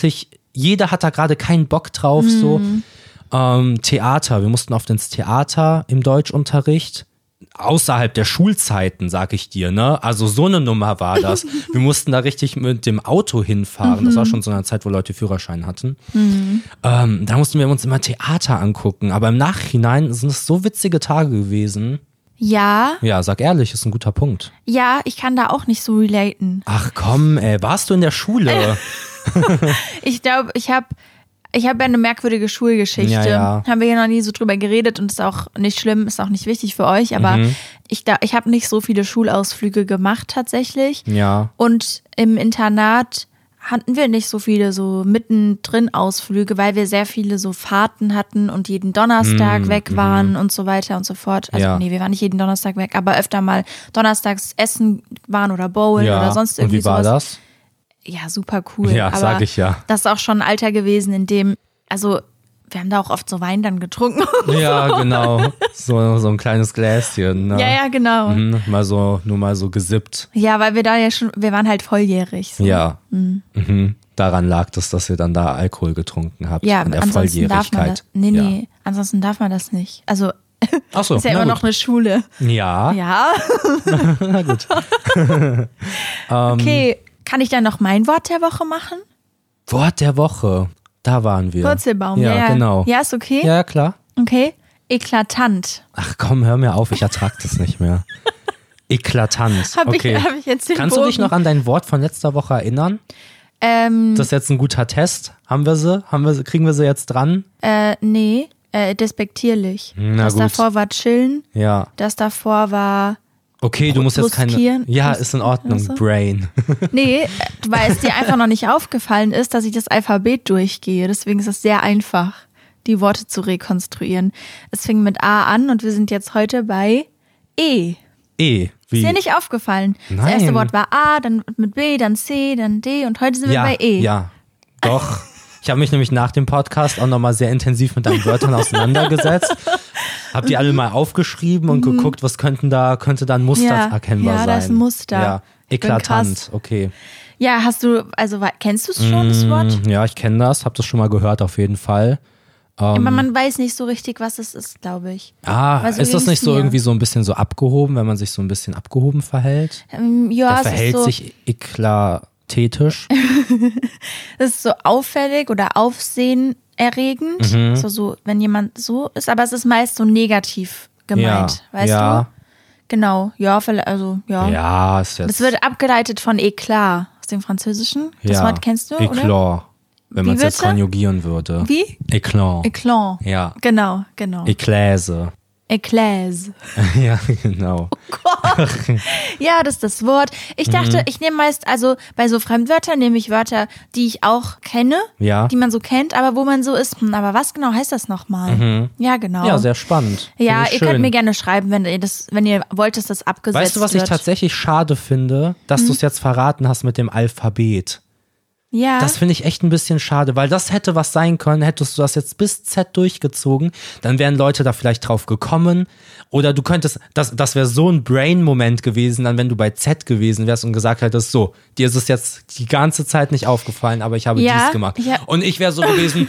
jeder hat da gerade keinen Bock drauf, so. Theater, wir mussten oft ins Theater im Deutschunterricht. Außerhalb der Schulzeiten, sag ich dir, ne? Also so eine Nummer war das. Wir mussten da richtig mit dem Auto hinfahren. Das war schon so eine Zeit, wo Leute Führerschein hatten. Da mussten wir uns immer Theater angucken. Aber im Nachhinein sind es so witzige Tage gewesen. Ja. Ja, sag ehrlich, ist ein guter Punkt. Ja, ich kann da auch nicht so relaten. Ach komm, ey, warst du in der Schule? Ich glaube, ich habe ja eine merkwürdige Schulgeschichte. Ja. Haben wir ja noch nie so drüber geredet und ist auch nicht schlimm, ist auch nicht wichtig für euch, aber ich habe nicht so viele Schulausflüge gemacht tatsächlich. Ja. Und im Internat hatten wir nicht so viele so mittendrin Ausflüge, weil wir sehr viele so Fahrten hatten und jeden Donnerstag weg waren und so weiter und so fort. Also nee, wir waren nicht jeden Donnerstag weg, aber öfter mal donnerstags essen waren oder bowlen oder sonst irgendwie sowas. Und wie war das? Ja, super cool. Ja, sag ich ja. Das ist auch schon ein Alter gewesen, in dem, also wir haben da auch oft so Wein dann getrunken. Ja, genau. So ein kleines Gläschen. Ne? Ja, genau. Nur mal so gesippt. Ja, weil wir waren halt volljährig. So. Ja. Daran lag es, dass ihr dann da Alkohol getrunken habt. Ja, an der ansonsten darf man das. Nee, ja. Ansonsten darf man das nicht. Also ach so, ist ja immer noch eine Schule. Ja. Ja. Na gut. Okay, kann ich dann noch mein Wort der Woche machen? Wort der Woche. Da waren wir. Purzelbaum, ja. Genau. Ja, ist okay? Ja, klar. Okay. Eklatant. Ach komm, hör mir auf, ich ertrag das nicht mehr. Eklatant. Hab ich jetzt den Kannst Bogen. Du dich noch an dein Wort von letzter Woche erinnern? Das ist jetzt ein guter Test. Haben wir sie? Kriegen wir sie jetzt dran? Nee, despektierlich. Das gut. davor war chillen. Ja. Das davor war okay, du musst jetzt keine... Ja, ist in Ordnung. So? Brain. Nee, weil es dir einfach noch nicht aufgefallen ist, dass ich das Alphabet durchgehe. Deswegen ist es sehr einfach, die Worte zu rekonstruieren. Es fing mit A an und wir sind jetzt heute bei E. E. Wie? Ist dir nicht aufgefallen? Nein. Das erste Wort war A, dann mit B, dann C, dann D und heute sind wir bei E. Ja, doch. Ich habe mich nämlich nach dem Podcast auch nochmal sehr intensiv mit deinen Wörtern auseinandergesetzt. Hab die alle mal aufgeschrieben und geguckt, was könnte da ein Muster erkennbar sein. Ja, das ist ein Muster. Ja, eklatant, okay. Ja, kennst du es schon, das Wort? Ja, ich kenne das, hab das schon mal gehört, auf jeden Fall. Aber man weiß nicht so richtig, was es ist, glaube ich. So ist das nicht so irgendwie so ein bisschen so abgehoben, wenn man sich so ein bisschen abgehoben verhält? Ja, der verhält sich eklatätisch. Das ist so auffällig oder aufsehenerregend. So, wenn jemand so ist, aber es ist meist so negativ gemeint, weißt du? Genau, ja, also, ja. Ja, ist jetzt. Das wird abgeleitet von Eklat aus dem Französischen. Das Wort kennst du, Eklat. Oder? Wenn man es jetzt konjugieren würde. Wie? Eklat. Eklat. Ja. Genau. Ekläse. Ekläse. Ja, genau. Oh Gott. Ja, das ist das Wort. Ich dachte, ich nehme meist, also bei so Fremdwörtern nehme ich Wörter, die ich auch kenne, die man so kennt, aber wo man so ist, aber was genau heißt das nochmal? Ja, genau. Ja, sehr spannend. Ja, ihr könnt mir gerne schreiben, wenn ihr wollt, dass das abgesetzt wird. Weißt du, was ich tatsächlich schade finde, dass du es jetzt verraten hast mit dem Alphabet? Ja. Das finde ich echt ein bisschen schade, weil das hätte was sein können, hättest du das jetzt bis Z durchgezogen, dann wären Leute da vielleicht drauf gekommen oder du könntest, das wäre so ein Brain-Moment gewesen, dann wenn du bei Z gewesen wärst und gesagt hättest, so, dir ist es jetzt die ganze Zeit nicht aufgefallen, aber ich habe dies gemacht. Und ich wäre so gewesen,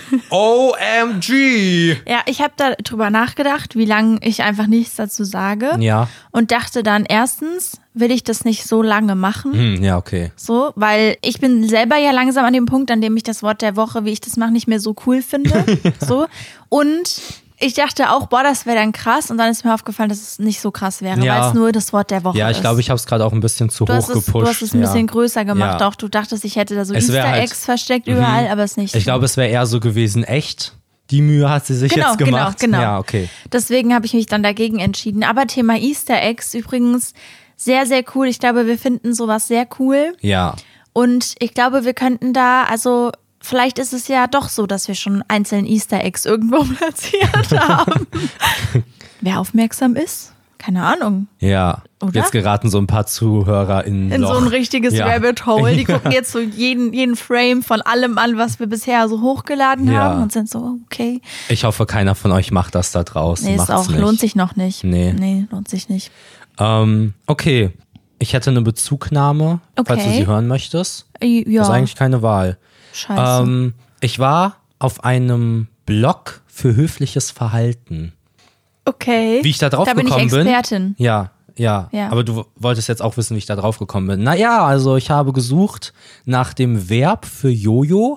OMG! Ja, ich habe da drüber nachgedacht, wie lange ich einfach nichts dazu sage und dachte dann erstens, will ich das nicht so lange machen. Ja, okay. So, weil ich bin selber ja langsam an dem Punkt, an dem ich das Wort der Woche, wie ich das mache, nicht mehr so cool finde. So. Und ich dachte auch, das wäre dann krass. Und dann ist mir aufgefallen, dass es nicht so krass wäre, weil es nur das Wort der Woche ist. Ja, ich glaube, ich habe es gerade auch ein bisschen zu hoch gepusht. Du hast es ein bisschen größer gemacht. Auch du dachtest, ich hätte da so Easter Eggs versteckt überall, aber es ist nicht so. Ich glaube, es wäre eher so gewesen, echt. Die Mühe hat sie sich jetzt gemacht. Genau. Ja, okay. Deswegen habe ich mich dann dagegen entschieden. Aber Thema Easter Eggs übrigens sehr, sehr cool. Ich glaube, wir finden sowas sehr cool. Ja. Und ich glaube, wir könnten da, also vielleicht ist es ja doch so, dass wir schon einzelne Easter Eggs irgendwo platziert haben. Wer aufmerksam ist, keine Ahnung. Ja, oder? Jetzt geraten so ein paar Zuhörer in so ein richtiges Rabbit Hole. Die gucken jetzt so jeden Frame von allem an, was wir bisher so hochgeladen haben und sind so, okay. Ich hoffe, keiner von euch macht das da draußen. Nee, lohnt sich noch nicht. Nee, lohnt sich nicht. Okay, ich hätte eine Bezugnahme, falls du sie hören möchtest. Ja. Das ist eigentlich keine Wahl. Scheiße. Ich war auf einem Blog für höfliches Verhalten. Okay. Wie ich da drauf gekommen bin. Da bin ich Expertin. Ja. Aber du wolltest jetzt auch wissen, wie ich da drauf gekommen bin. Naja, also ich habe gesucht nach dem Verb für Jojo.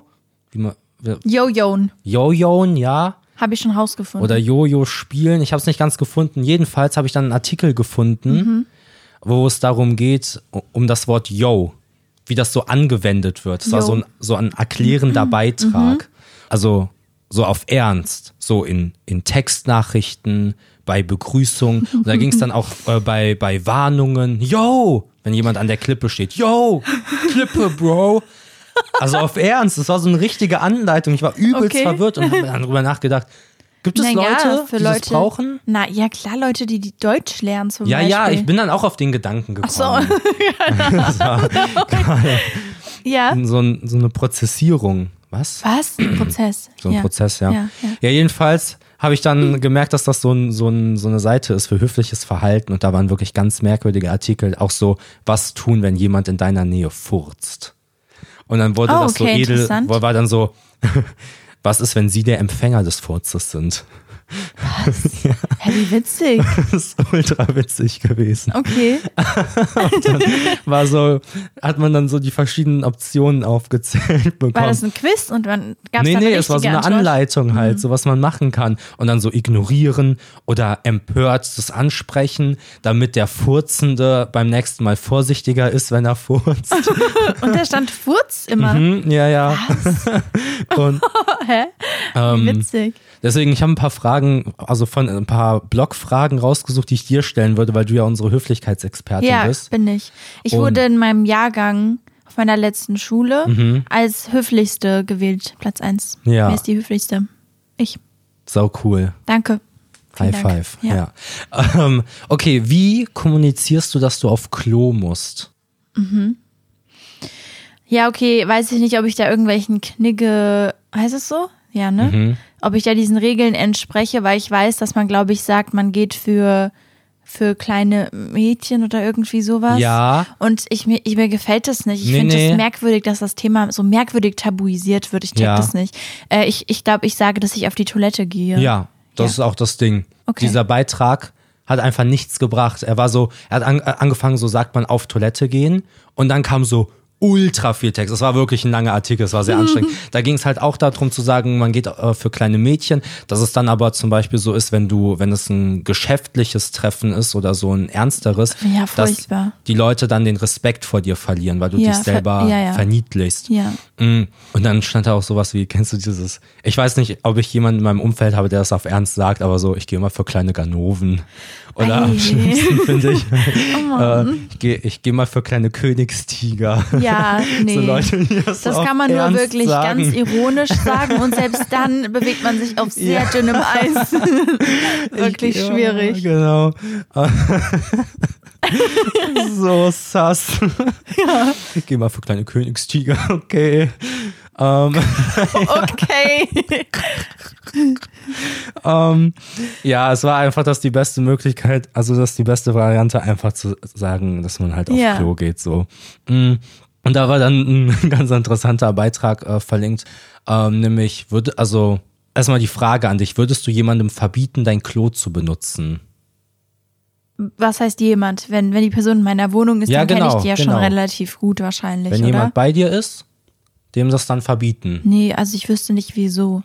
Jojoen, ja. Habe ich schon rausgefunden. Oder Jojo spielen. Ich habe es nicht ganz gefunden. Jedenfalls habe ich dann einen Artikel gefunden, wo es darum geht, um das Wort Yo, wie das so angewendet wird. Das war so ein erklärender Beitrag. Also so auf Ernst, so in Textnachrichten, bei Begrüßung. Und da ging es dann auch bei Warnungen. Yo, wenn jemand an der Klippe steht. Yo, Klippe, Bro. Also auf Ernst, das war so eine richtige Anleitung. Ich war übelst verwirrt und habe mir dann drüber nachgedacht. Gibt es Leute, die das brauchen? Na ja, klar, Leute, die Deutsch lernen zum Beispiel. Ja, ich bin dann auch auf den Gedanken gekommen. Ach so. So eine Prozessierung. Was? Ein Prozess. So ein Prozess, ja. Ja, jedenfalls habe ich dann gemerkt, dass das so eine Seite ist für höfliches Verhalten und da waren wirklich ganz merkwürdige Artikel. Auch so, was tun, wenn jemand in deiner Nähe furzt. Und dann wurde das so edel, war dann so, was ist, wenn sie der Empfänger des Furzes sind? Was? Ja. Wie witzig. Das ist ultra witzig gewesen. Okay. Und dann hat man dann so die verschiedenen Optionen aufgezählt bekommen. War das ein Quiz und dann gab es Nee, es war so eine Anleitung halt, so was man machen kann. Und dann so ignorieren oder empört das ansprechen, damit der Furzende beim nächsten Mal vorsichtiger ist, wenn er furzt. Und da stand Furz immer? Ja. Was? Und, hä? Wie witzig. Deswegen, ich habe ein paar Blogfragen rausgesucht, die ich dir stellen würde, weil du ja unsere Höflichkeitsexpertin bist. Ja, bin ich. Ich wurde in meinem Jahrgang auf meiner letzten Schule als höflichste gewählt, Platz 1. Ja. Wer ist die höflichste? Ich. Sau cool. Danke. High five. Ja. Okay, wie kommunizierst du, dass du auf Klo musst? Ja, okay, weiß ich nicht, ob ich da irgendwelchen Knigge, heißt es so? Ja, ne? Ob ich da diesen Regeln entspreche, weil ich weiß, dass man, glaube ich, sagt, man geht für kleine Mädchen oder irgendwie sowas. Ja. Und mir gefällt das nicht. Ich finde es merkwürdig, dass das Thema so merkwürdig tabuisiert wird. Ich check das nicht. Ich glaube, ich sage, dass ich auf die Toilette gehe. Ja, das ist auch das Ding. Okay. Dieser Beitrag hat einfach nichts gebracht. Er hat angefangen, so sagt man, auf Toilette gehen. Und dann kam so ultra viel Text. Es war wirklich ein langer Artikel, es war sehr anstrengend. Da ging es halt auch darum zu sagen, man geht für kleine Mädchen, dass es dann aber zum Beispiel so ist, wenn es ein geschäftliches Treffen ist oder so ein ernsteres, dass die Leute dann den Respekt vor dir verlieren, weil du dich selber verniedlichst. Ja. Und dann stand da auch sowas wie, kennst du dieses, ich weiß nicht, ob ich jemanden in meinem Umfeld habe, der das auf Ernst sagt, aber so, ich gehe immer für kleine Ganoven. Oder am schlimmsten finde ich, ich gehe mal für kleine Königstiger. Ja, nee. So Leute, die das kann man nur wirklich ganz ironisch sagen und selbst dann bewegt man sich auf sehr dünnem Eis. Wirklich schwierig. Genau. So sass. Ja. Ich gehe mal für kleine Königstiger, okay. Okay. Ja, es war einfach die beste Möglichkeit, also das ist die beste Variante, einfach zu sagen, dass man halt aufs Klo geht. So. Und da war dann ein ganz interessanter Beitrag verlinkt, nämlich erstmal die Frage an dich, würdest du jemandem verbieten, dein Klo zu benutzen? Was heißt jemand? Wenn die Person in meiner Wohnung ist, dann kenne ich die ja schon relativ gut wahrscheinlich, Wenn jemand bei dir ist, dem das dann verbieten. Nee, also ich wüsste nicht, wieso.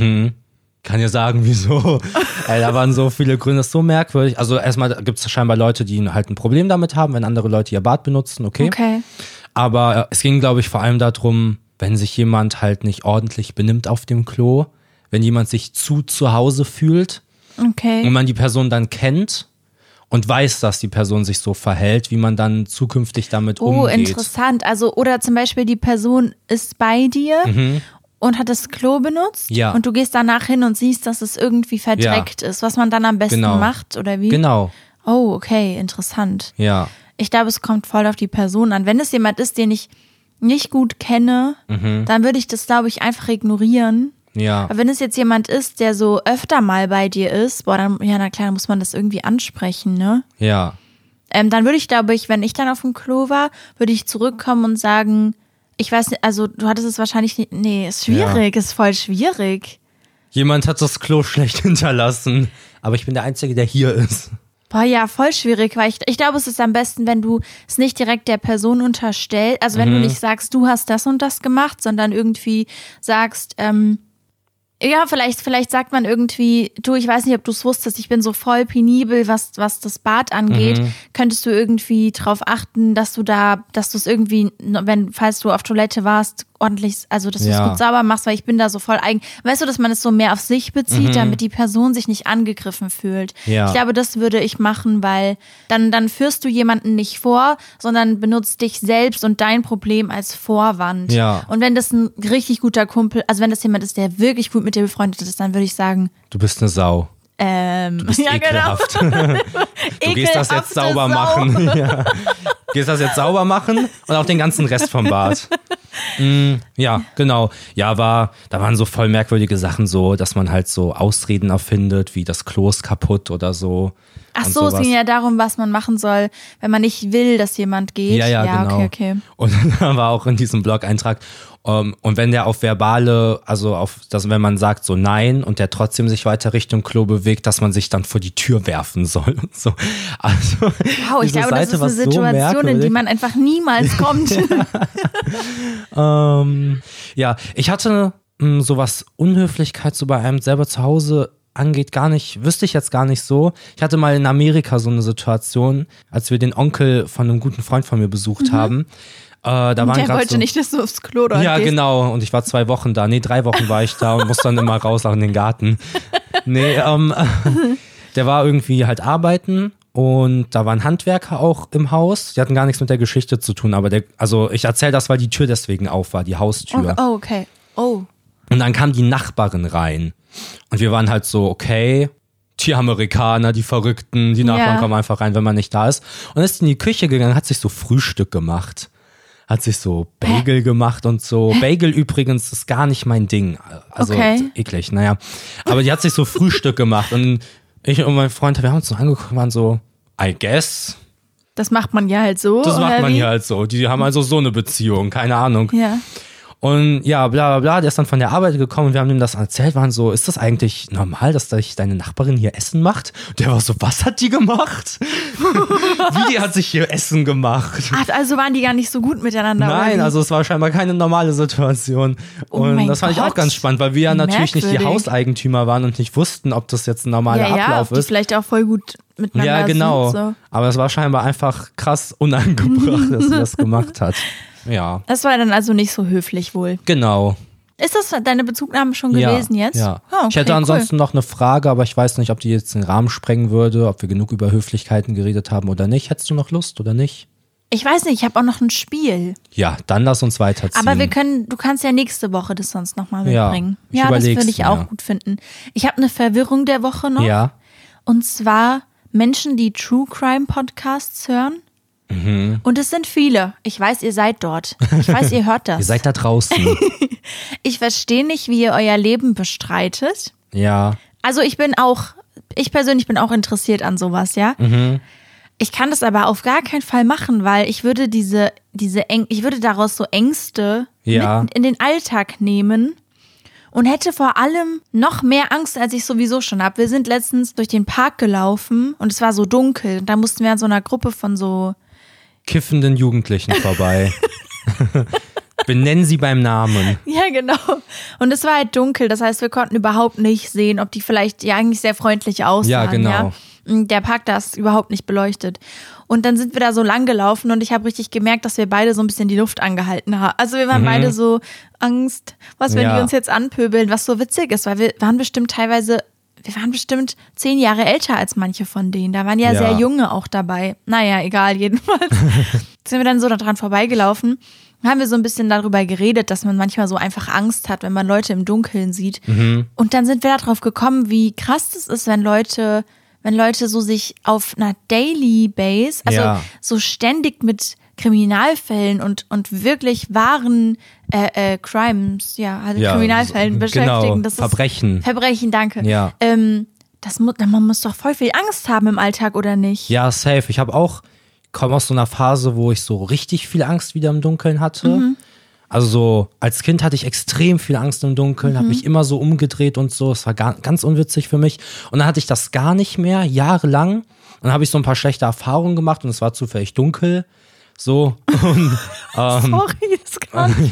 Kann ja sagen, wieso. Da waren so viele Gründe, das ist so merkwürdig. Also erstmal gibt es scheinbar Leute, die halt ein Problem damit haben, wenn andere Leute ihr Bad benutzen, okay. Aber es ging, glaube ich, vor allem darum, wenn sich jemand halt nicht ordentlich benimmt auf dem Klo, wenn jemand sich zu Hause fühlt und man die Person dann kennt und weiß, dass die Person sich so verhält, wie man dann zukünftig damit umgeht. Oh, interessant. Also, oder zum Beispiel die Person ist bei dir und hat das Klo benutzt und du gehst danach hin und siehst, dass es irgendwie verdreckt ist, was man dann am besten macht, oder wie? Genau. Oh, okay, interessant. Ja. Ich glaube, es kommt voll auf die Person an. Wenn es jemand ist, den ich nicht gut kenne, dann würde ich das, glaube ich, einfach ignorieren. Ja. Aber wenn es jetzt jemand ist, der so öfter mal bei dir ist, dann, na klar, dann muss man das irgendwie ansprechen, ne? Ja. Dann würde ich, glaube ich, wenn ich dann auf dem Klo war, würde ich zurückkommen und sagen, ich weiß nicht, also du hattest es wahrscheinlich nicht, nee, ist schwierig, ist voll schwierig. Jemand hat das Klo schlecht hinterlassen, aber ich bin der Einzige, der hier ist. Boah, ja, voll schwierig, weil ich glaube, es ist am besten, wenn du es nicht direkt der Person unterstellst, also wenn du nicht sagst, du hast das und das gemacht, sondern irgendwie sagst, ja, vielleicht sagt man irgendwie, du, ich weiß nicht, ob du es wusstest, ich bin so voll penibel, was das Bad angeht. Könntest du irgendwie drauf achten, dass du es irgendwie, falls du auf Toilette warst, ordentlich, also dass du es gut sauber machst, weil ich bin da so voll eigen. Weißt du, dass man es so mehr auf sich bezieht, damit die Person sich nicht angegriffen fühlt. Ja. Ich glaube, das würde ich machen, weil dann führst du jemanden nicht vor, sondern benutzt dich selbst und dein Problem als Vorwand. Ja. Und wenn das ein richtig guter Kumpel, also wenn das jemand ist, der wirklich gut mit dir befreundet ist, dann würde ich sagen, du bist eine Sau. Du bist ekelhaft. Du gehst das jetzt sauber machen. Ja. Du gehst das jetzt sauber machen und auch den ganzen Rest vom Bad. Ja, genau. Ja, da waren so voll merkwürdige Sachen so, dass man halt so Ausreden erfindet, wie das Klo ist kaputt oder so. Ach so, es ging ja darum, was man machen soll, wenn man nicht will, dass jemand geht. Ja, genau. Okay. Und da war auch in diesem Blog-Eintrag, und wenn der auf verbale, also wenn man sagt so nein und der trotzdem sich weiter Richtung Klo bewegt, dass man sich dann vor die Tür werfen soll und so. Also, wow, ich glaube, das ist eine Situation, in die man einfach niemals kommt. Ja, ich hatte sowas Unhöflichkeit so bei einem selber zu Hause angeht wüsste ich jetzt gar nicht so. Ich hatte mal in Amerika so eine Situation, als wir den Onkel von einem guten Freund von mir besucht haben. Der wollte nicht, dass du aufs Klo gehst. Ja, genau. Und ich war 2 Wochen da. Nee, 3 Wochen war ich da und musste dann immer raus in den Garten. Nee, der war irgendwie halt arbeiten und da waren Handwerker auch im Haus. Die hatten gar nichts mit der Geschichte zu tun, aber ich erzähle das, weil die Tür deswegen auf war, die Haustür. Oh, okay. Oh. Und dann kam die Nachbarin rein. Und wir waren halt so, okay, die Amerikaner, die Verrückten, die Nachbarn kommen einfach rein, wenn man nicht da ist. Und ist in die Küche gegangen, hat sich so Frühstück gemacht. hat sich so Bagel gemacht und so. Bagel übrigens ist gar nicht mein Ding. Also eklig, naja. Aber die hat sich so Frühstück gemacht und ich und mein Freund, wir haben uns so angeguckt und waren so, I guess. Das macht man ja halt so. Das macht man ja halt so. Die haben also so eine Beziehung, keine Ahnung. Ja. Und ja, bla bla bla, der ist dann von der Arbeit gekommen und wir haben ihm das erzählt, waren so, ist das eigentlich normal, dass deine Nachbarin hier Essen macht? Und der war so, was hat die gemacht? Wie, die hat sich hier Essen gemacht? Ach, also waren die gar nicht so gut miteinander? Nein, also es war scheinbar keine normale Situation. Und das fand ich auch ganz spannend, weil wir ja natürlich nicht die Hauseigentümer waren und nicht wussten, ob das jetzt ein normaler Ablauf ist. Die vielleicht auch voll gut miteinander sind. Ja, genau. So. Aber es war scheinbar einfach krass unangebracht, dass sie das gemacht hat. Ja. Das war dann also nicht so höflich wohl. Genau. Ist das deine Bezugnahme schon gewesen jetzt? Ja. Oh, okay, ich hätte ansonsten noch eine Frage, aber ich weiß nicht, ob die jetzt den Rahmen sprengen würde, ob wir genug über Höflichkeiten geredet haben oder nicht. Hättest du noch Lust oder nicht? Ich weiß nicht, ich habe auch noch ein Spiel. Ja, dann lass uns weiterziehen. Aber du kannst ja nächste Woche das sonst nochmal mitbringen. Ja, das würde ich auch gut finden. Ich habe eine Verwirrung der Woche noch. Ja. Und zwar Menschen, die True Crime Podcasts hören. Mhm. Und es sind viele. Ich weiß, ihr seid dort. Ich weiß, ihr hört das. Ihr seid da draußen. Ich verstehe nicht, wie ihr euer Leben bestreitet. Ja. Also ich persönlich bin auch interessiert an sowas, ja. Mhm. Ich kann das aber auf gar keinen Fall machen, weil ich würde ich würde daraus so Ängste mit in den Alltag nehmen und hätte vor allem noch mehr Angst, als ich sowieso schon habe. Wir sind letztens durch den Park gelaufen und es war so dunkel. Und da mussten wir an so einer Gruppe von so kiffenden Jugendlichen vorbei. Benennen sie beim Namen. Ja, genau. Und es war halt dunkel, das heißt, wir konnten überhaupt nicht sehen, ob die vielleicht eigentlich sehr freundlich aussahen. Ja, genau. Ja? Der Park da ist überhaupt nicht beleuchtet. Und dann sind wir da so lang gelaufen und ich habe richtig gemerkt, dass wir beide so ein bisschen die Luft angehalten haben. Also wir waren beide so Angst, was wenn die uns jetzt anpöbeln, was so witzig ist, weil wir waren bestimmt 10 Jahre älter als manche von denen. Da waren ja sehr Junge auch dabei. Naja, egal, jedenfalls sind wir dann so daran vorbeigelaufen. Haben wir so ein bisschen darüber geredet, dass man manchmal so einfach Angst hat, wenn man Leute im Dunkeln sieht. Mhm. Und dann sind wir darauf gekommen, wie krass das ist, wenn Leute so sich auf einer Daily Base, also so ständig mit Kriminalfällen und wirklich wahren Crimes, Kriminalfällen beschäftigen. Genau. Das ist Verbrechen, danke. Ja. Man muss doch voll viel Angst haben im Alltag, oder nicht? Ja, safe. Ich komme aus so einer Phase, wo ich so richtig viel Angst wieder im Dunkeln hatte. Mhm. Also so, als Kind hatte ich extrem viel Angst im Dunkeln, habe mich immer so umgedreht und so. Es war ganz unwitzig für mich. Und dann hatte ich das gar nicht mehr, jahrelang. Und dann habe ich so ein paar schlechte Erfahrungen gemacht und es war zufällig dunkel. So. Und, sorry, das kann ich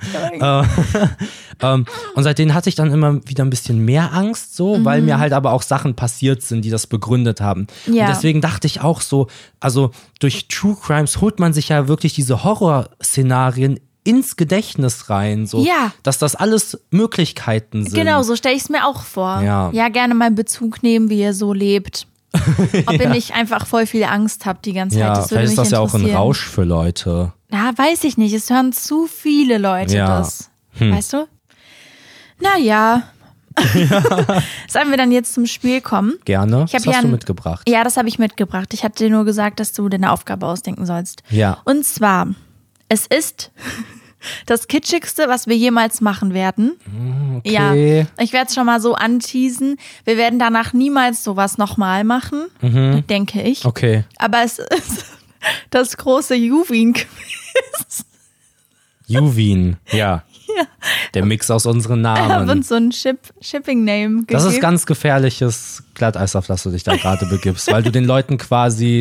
und seitdem hatte ich dann immer wieder ein bisschen mehr Angst, so, weil mir halt aber auch Sachen passiert sind, die das begründet haben. Ja. Und deswegen dachte ich auch so, also durch True Crimes holt man sich ja wirklich diese Horrorszenarien ins Gedächtnis rein, so, dass das alles Möglichkeiten sind. Genau, so stelle ich es mir auch vor. Ja, gerne mal Bezug nehmen, wie ihr so lebt. Ob ihr nicht einfach voll viel Angst habt die ganze Zeit. Das würde mich vielleicht ist das ja auch ein interessieren. Rausch für Leute. Ja, weiß ich nicht. Es hören zu viele Leute das. Weißt du? Naja. Sollen wir dann jetzt zum Spiel kommen? Gerne. Was hast du mitgebracht? Ja, das habe ich mitgebracht. Ich hatte dir nur gesagt, dass du deine Aufgabe ausdenken sollst. Ja. Und zwar, es ist das Kitschigste, was wir jemals machen werden. Okay. Ja, ich werde es schon mal so anteasen. Wir werden danach niemals sowas nochmal machen, denke ich. Okay. Aber es ist das große Juwin-Quiz. Juwin, ja. Der Mix aus unseren Namen. Wir haben uns so ein Shipping-Name gegeben. Das ist ganz gefährliches Glatteis, auf das du dich da gerade begibst, weil du den Leuten quasi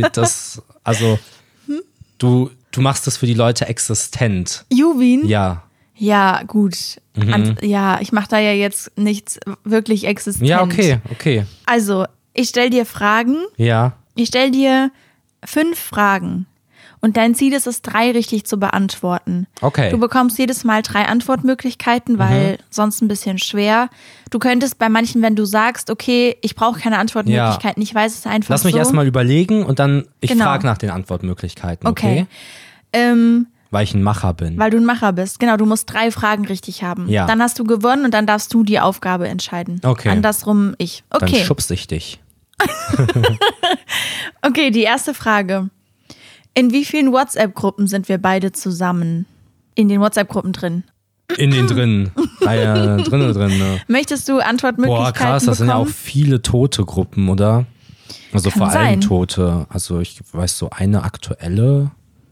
du machst das für die Leute existent. Juwin? Ja. Ja, gut. Ich mache da ja jetzt nichts wirklich existent. Ja, okay. Also, ich stelle dir Fragen. Ja. Ich stelle dir 5 Fragen. Und dein Ziel ist es, 3 richtig zu beantworten. Okay. Du bekommst jedes Mal 3 Antwortmöglichkeiten, weil sonst ein bisschen schwer. Du könntest bei manchen, wenn du sagst, okay, ich brauche keine Antwortmöglichkeiten, ich weiß es einfach so. Lass mich erstmal überlegen und dann, ich frage nach den Antwortmöglichkeiten, okay? Weil ich ein Macher bin. Weil du ein Macher bist, genau. Du musst 3 Fragen richtig haben. Ja. Dann hast du gewonnen und dann darfst du die Aufgabe entscheiden. Okay. Andersrum ich. Okay. Dann schubse ich dich. Okay, die erste Frage. In wie vielen WhatsApp-Gruppen sind wir beide zusammen? In den WhatsApp-Gruppen drin. In den drin. Drin. Ne? Möchtest du Antwortmöglichkeiten bekommen? Boah, krass, das sind ja auch viele tote Gruppen, oder? Also Kann vor allem sein. tote. Also ich weiß so eine aktuelle.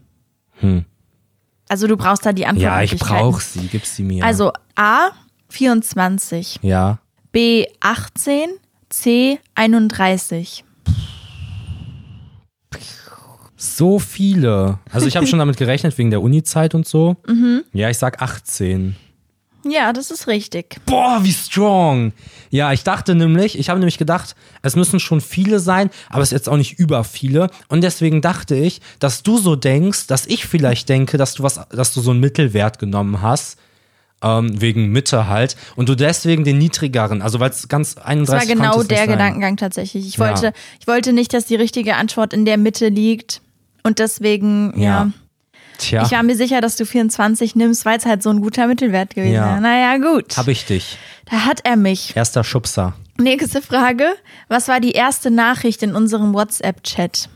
Also du brauchst da die Ja, Antwortmöglichkeiten. ich brauch sie. Gib sie mir. Also A, 24. Ja. B, 18. C, 31. So viele. Also ich habe schon damit gerechnet, wegen der Uni-Zeit und so. Ja, ich sag 18. Ja, das ist richtig. Boah, wie strong. Ja, ich habe nämlich gedacht, es müssen schon viele sein, aber es ist jetzt auch nicht über viele. Und deswegen dachte ich, dass du so denkst, dass ich vielleicht denke, dass du so einen Mittelwert genommen hast. Wegen Mitte halt. Und du deswegen den niedrigeren, also weil es ganz 31 Das war genau der sein. Gedankengang tatsächlich. Ich wollte nicht, dass die richtige Antwort in der Mitte liegt. Und deswegen, ja. Tja. Ich war mir sicher, dass du 24 nimmst, weil es halt so ein guter Mittelwert gewesen wäre. Naja, gut. Hab ich dich. Da hat er mich. Erster Schubser. Nächste Frage. Was war die erste Nachricht in unserem WhatsApp-Chat?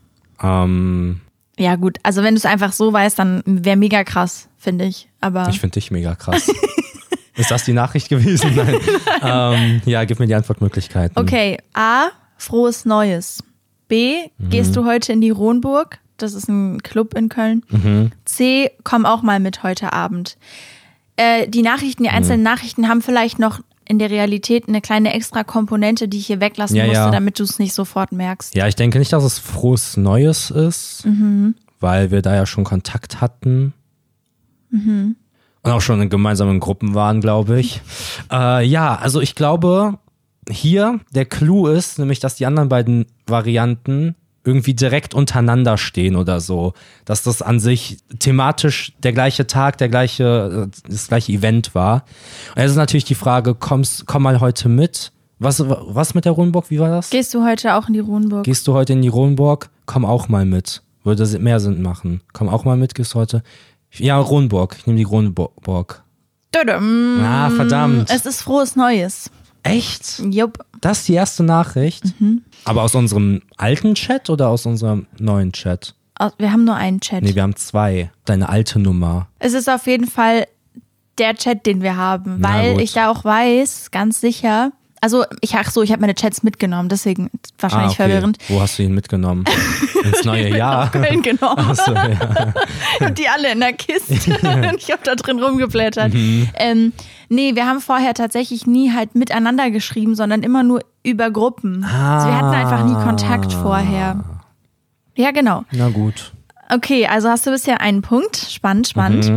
Ja gut, also wenn du es einfach so weißt, dann wäre mega krass, finde ich. Aber ich finde dich mega krass. Ist das die Nachricht gewesen? Nein. Ja, gib mir die Antwortmöglichkeiten. Okay, A, frohes Neues. B, gehst du heute in die Ronburg? Das ist ein Club in Köln. C, komm auch mal mit heute Abend. Die einzelnen Nachrichten haben vielleicht noch in der Realität eine kleine extra Komponente, die ich hier weglassen musste, damit du es nicht sofort merkst. Ja, ich denke nicht, dass es frohes Neues ist, weil wir da ja schon Kontakt hatten. Und auch schon in gemeinsamen Gruppen waren, glaube ich. Ja, also ich glaube, hier der Clou ist, nämlich, dass die anderen beiden Varianten irgendwie direkt untereinander stehen oder so. Dass das an sich thematisch der gleiche Tag, das gleiche Event war. Und jetzt ist natürlich die Frage, komm mal heute mit. Was mit der Ronburg? Wie war das? Gehst du heute auch in die Ronburg? Gehst du heute in die Ronburg? Komm auch mal mit. Würde mehr Sinn machen. Komm auch mal mit, gehst du heute? Ja, Ronburg. Ich nehme die Ronburg. Ah, verdammt. Es ist frohes Neues. Echt? Jupp. Das ist die erste Nachricht? Aber aus unserem alten Chat oder aus unserem neuen Chat? Wir haben nur einen Chat. Nee, wir haben 2. Deine alte Nummer. Es ist auf jeden Fall der Chat, den wir haben, weil ich da auch weiß, ganz sicher, also ich habe meine Chats mitgenommen, deswegen wahrscheinlich verwirrend. Wo hast du ihn mitgenommen? Ins neue Jahr? Nach Köln genommen. Ach so, ja. Ich habe die alle in der Kiste und ich habe da drin rumgeblättert. Nee, wir haben vorher tatsächlich nie halt miteinander geschrieben, sondern immer nur über Gruppen. Also wir hatten einfach nie Kontakt vorher. Ja, genau. Na gut. Okay, also hast du bisher einen Punkt. Spannend.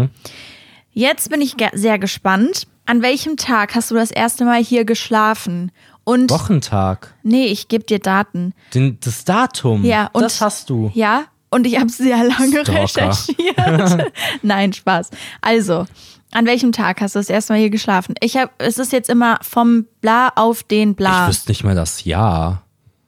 Jetzt bin ich sehr gespannt. An welchem Tag hast du das erste Mal hier geschlafen? Und Wochentag? Nee, ich gebe dir Daten. Das Datum? Ja. Und, das hast du? Ja, und ich habe sehr lange recherchiert. Nein, Spaß. Also, an welchem Tag hast du das erste Mal hier geschlafen? Es ist jetzt immer vom Bla auf den Bla. Ich wüsste nicht mal das Jahr.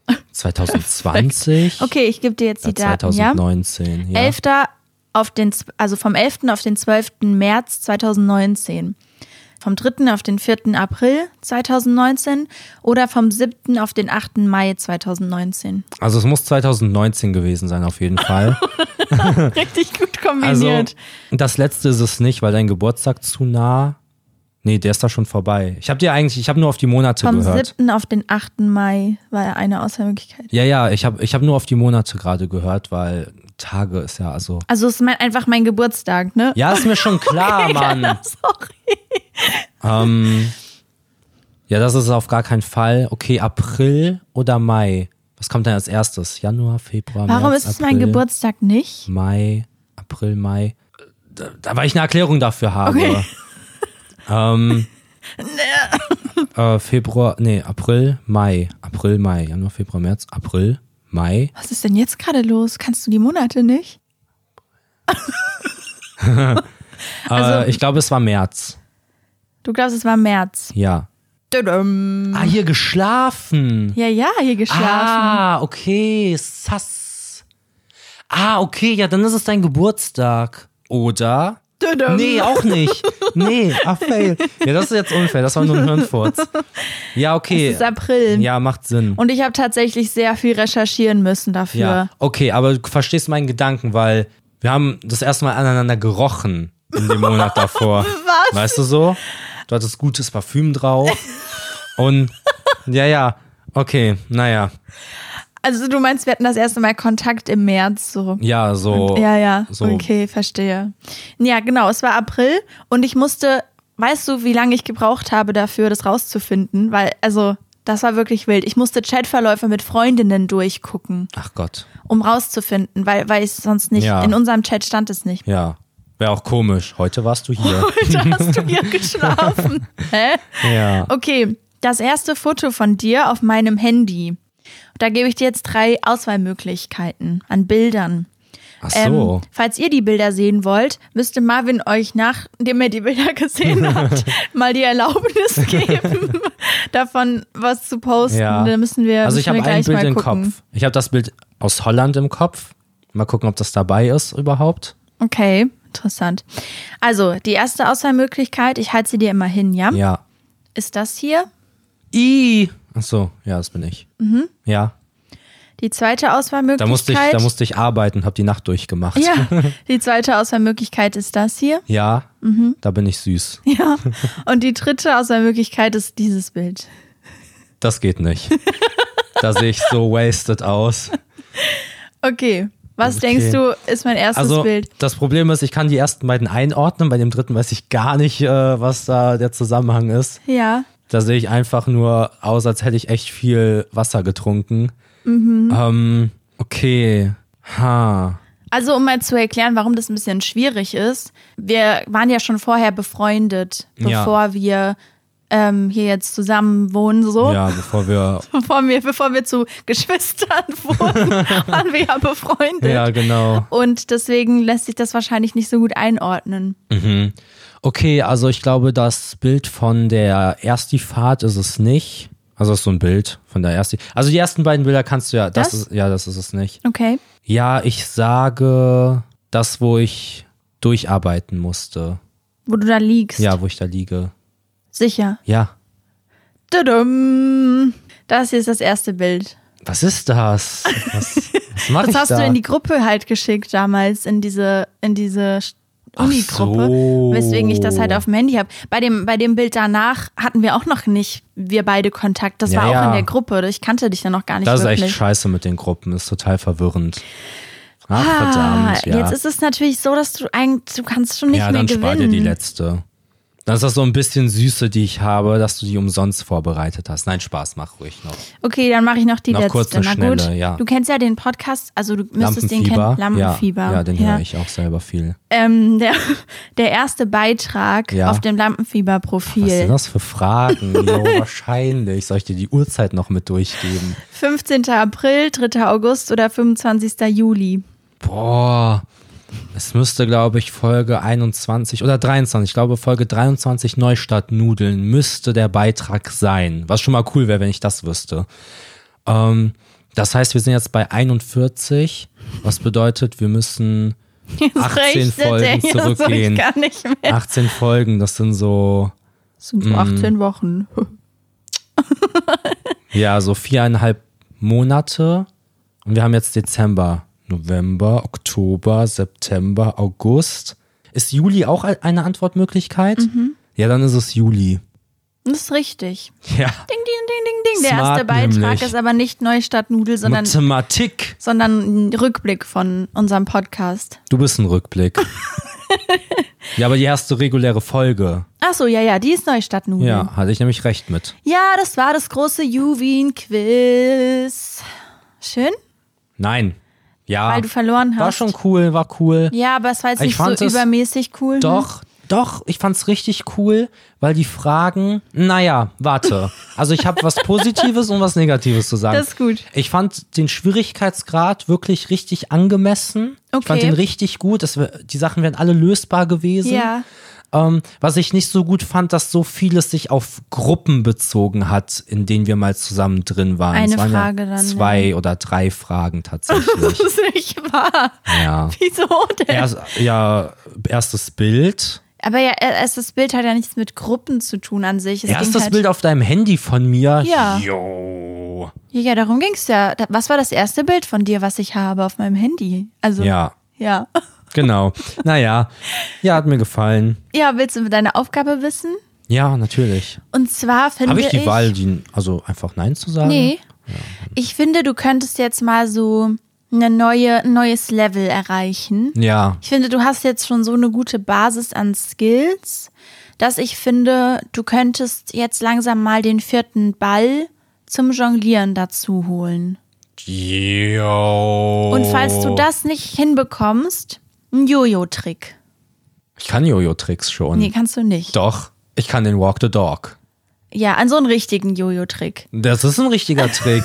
2020? Okay, ich gebe dir jetzt die Daten. 2019, ja. 11. vom 11. auf den 12. März 2019. Vom 3. auf den 4. April 2019 oder vom 7. auf den 8. Mai 2019. Also es muss 2019 gewesen sein, auf jeden Fall. Richtig gut kombiniert. Also das letzte ist es nicht, weil dein Geburtstag zu nah. Nee, der ist da schon vorbei. Ich habe nur auf die Monate gehört. Vom 7. auf den 8. Mai war eine Auswahlmöglichkeit. Ja, ich hab nur auf die Monate gerade gehört, weil Tage ist ja also... Also es ist einfach mein Geburtstag, ne? Ja, ist mir schon klar, okay, Mann. Sorry. Ja, das ist es auf gar keinen Fall. Okay, April oder Mai? Was kommt denn als erstes? Januar, Februar, Warum März, ist es mein Geburtstag nicht? Mai, April, Mai. Da weil ich eine Erklärung dafür habe. Okay. April, Mai, Januar, Februar, März, April, Mai. Was ist denn jetzt gerade los? Kannst du die Monate nicht? Also, ich glaube, es war März. Du glaubst, es war März? Ja. Hier geschlafen. Ja, hier geschlafen. Okay, sass. Okay, ja, dann ist es dein Geburtstag. Oder? Nee, auch nicht. Nee, fail. Ja, das ist jetzt unfair. Das war nur ein Hirnfurz. Ja, okay. Es ist April. Ja, macht Sinn. Und ich habe tatsächlich sehr viel recherchieren müssen dafür. Ja, okay, aber du verstehst meinen Gedanken, weil wir haben das erste Mal aneinander gerochen in dem Monat davor. Was? Weißt du so? Du hattest gutes Parfüm drauf. Und ja, okay, naja. Also du meinst, wir hatten das erste Mal Kontakt im März so. Ja, so. Ja, so. Okay, verstehe. Ja, genau, es war April und ich musste, weißt du, wie lange ich gebraucht habe dafür, das rauszufinden? Weil, also, das war wirklich wild. Ich musste Chatverläufe mit Freundinnen durchgucken. Ach Gott. Um rauszufinden, weil ich sonst nicht, in unserem Chat stand es nicht. Ja, wäre auch komisch. Heute warst du hier. Heute hast du hier geschlafen. Hä? Ja. Okay, das erste Foto von dir auf meinem Handy. Da gebe ich dir jetzt 3 Auswahlmöglichkeiten an Bildern. Ach so. Falls ihr die Bilder sehen wollt, müsste Marvin euch, nachdem er die Bilder gesehen hat, mal die Erlaubnis geben, davon was zu posten. Ja. Da müssen wir Also ich habe ein Bild im Kopf. Ich habe das Bild aus Holland im Kopf. Mal gucken, ob das dabei ist überhaupt. Okay, interessant. Also die erste Auswahlmöglichkeit, ich halte sie dir immer hin, ja? Ja. Ist das hier? Ach so, ja, das bin ich. Ja. Die zweite Auswahlmöglichkeit. Da musste ich arbeiten, habe die Nacht durchgemacht. Ja, die zweite Auswahlmöglichkeit ist das hier. Ja, da bin ich süß. Ja, und die dritte Auswahlmöglichkeit ist dieses Bild. Das geht nicht. Da sehe ich so wasted aus. Okay, was denkst du, ist mein erstes Bild? Das Problem ist, ich kann die ersten beiden einordnen, bei dem dritten weiß ich gar nicht, was da der Zusammenhang ist. Ja. Da sehe ich einfach nur aus, als hätte ich echt viel Wasser getrunken. Okay. Also um mal zu erklären, warum das ein bisschen schwierig ist. Wir waren ja schon vorher befreundet, bevor wir hier jetzt zusammen wohnen. So. Ja, bevor wir zu Geschwistern wurden, waren wir ja befreundet. Ja, genau. Und deswegen lässt sich das wahrscheinlich nicht so gut einordnen. Mhm. Okay, also ich glaube, das Bild von der Erstifahrt ist es nicht. Also das ist so ein Bild von der Ersti. Also die ersten beiden Bilder kannst du ja. Das ist es nicht. Okay. Ja, ich sage das, wo ich durcharbeiten musste. Wo du da liegst. Ja, wo ich da liege. Sicher. Ja. Tudum. Das hier ist das erste Bild. Was ist das? Was mach ich da? Das hast du in die Gruppe halt geschickt damals, in diese Uni-Gruppe, weswegen ich das halt auf dem Handy habe. Bei dem Bild danach hatten wir auch noch nicht, wir beide Kontakt. Das war auch in der Gruppe. Ich kannte dich dann noch gar nicht wirklich. Das ist echt scheiße mit den Gruppen. Das ist total verwirrend. Ach, verdammt, ja. Jetzt ist es natürlich so, dass du kannst schon nicht mehr gewinnen. Ja, dann spar dir die letzte. Das ist das so ein bisschen Süße, die ich habe, dass du die umsonst vorbereitet hast. Nein, Spaß, mach ruhig noch. Okay, dann mache ich noch die letzte. Kurz eine schnelle, ja. Du kennst ja den Podcast, also du müsstest den kennen. Lampenfieber. Ja, den höre ich auch selber viel. Der erste Beitrag auf dem Lampenfieber-Profil. Was sind das für Fragen? Wahrscheinlich. Soll ich dir die Uhrzeit noch mit durchgeben? 15. April, 3. August oder 25. Juli? Boah. Es müsste, glaube ich, Folge 21 oder 23, ich glaube Folge 23 Neustadt-Nudeln müsste der Beitrag sein. Was schon mal cool wäre, wenn ich das wüsste. Das heißt, wir sind jetzt bei 41, was bedeutet, wir müssen 18 Folgen zurückgehen. Gar nicht mehr. 18 Folgen, das sind so... Das sind so 18 Wochen. Ja, so 4,5 Monate und wir haben jetzt Dezember. November, Oktober, September, August. Ist Juli auch eine Antwortmöglichkeit? Ja, dann ist es Juli. Das ist richtig. Ja. Ding, ding, ding, ding, ding. Der erste Beitrag ist aber nicht Neustadt-Nudel, sondern Mathematik. Sondern ein Rückblick von unserem Podcast. Du bist ein Rückblick. Ja, aber die erste reguläre Folge. Ach so, ja, die ist Neustadt-Nudel. Ja, hatte ich nämlich recht mit. Ja, das war das große Juwin-Quiz. Schön? Nein. Ja, weil du verloren hast. War schon cool, war cool. Ja, aber es war jetzt nicht so übermäßig cool. Doch, ich fand's richtig cool, weil die Fragen, warte. Also ich habe was Positives und was Negatives zu sagen. Das ist gut. Ich fand den Schwierigkeitsgrad wirklich richtig angemessen. Okay. Ich fand den richtig gut. Die Sachen wären alle lösbar gewesen. Ja. Was ich nicht so gut fand, dass so vieles sich auf Gruppen bezogen hat, in denen wir mal zusammen drin waren. Eine Frage dann. 2 oder 3 Fragen tatsächlich. Das ist nicht wahr. Ja. Wieso denn? Erstes Bild. Aber ja, das Bild hat ja nichts mit Gruppen zu tun an sich. Erstes Bild auf deinem Handy von mir? Ja. Jo. Ja, darum ging's ja. Was war das erste Bild von dir, was ich habe auf meinem Handy? Also, ja. Genau. Naja, ja, hat mir gefallen. Ja, willst du deine Aufgabe wissen? Ja, natürlich. Und zwar finde ich... Habe ich die Wahl, also einfach Nein zu sagen? Nee. Ja. Ich finde, du könntest jetzt mal so ein neues Level erreichen. Ja. Ich finde, du hast jetzt schon so eine gute Basis an Skills, dass ich finde, du könntest jetzt langsam mal den 4. Ball zum Jonglieren dazu holen. Jo. Und falls du das nicht hinbekommst, ein Jojo-Trick. Ich kann Jojo-Tricks schon. Nee, kannst du nicht. Doch, ich kann den Walk the Dog. Ja, an so einen richtigen Jojo-Trick. Das ist ein richtiger Trick.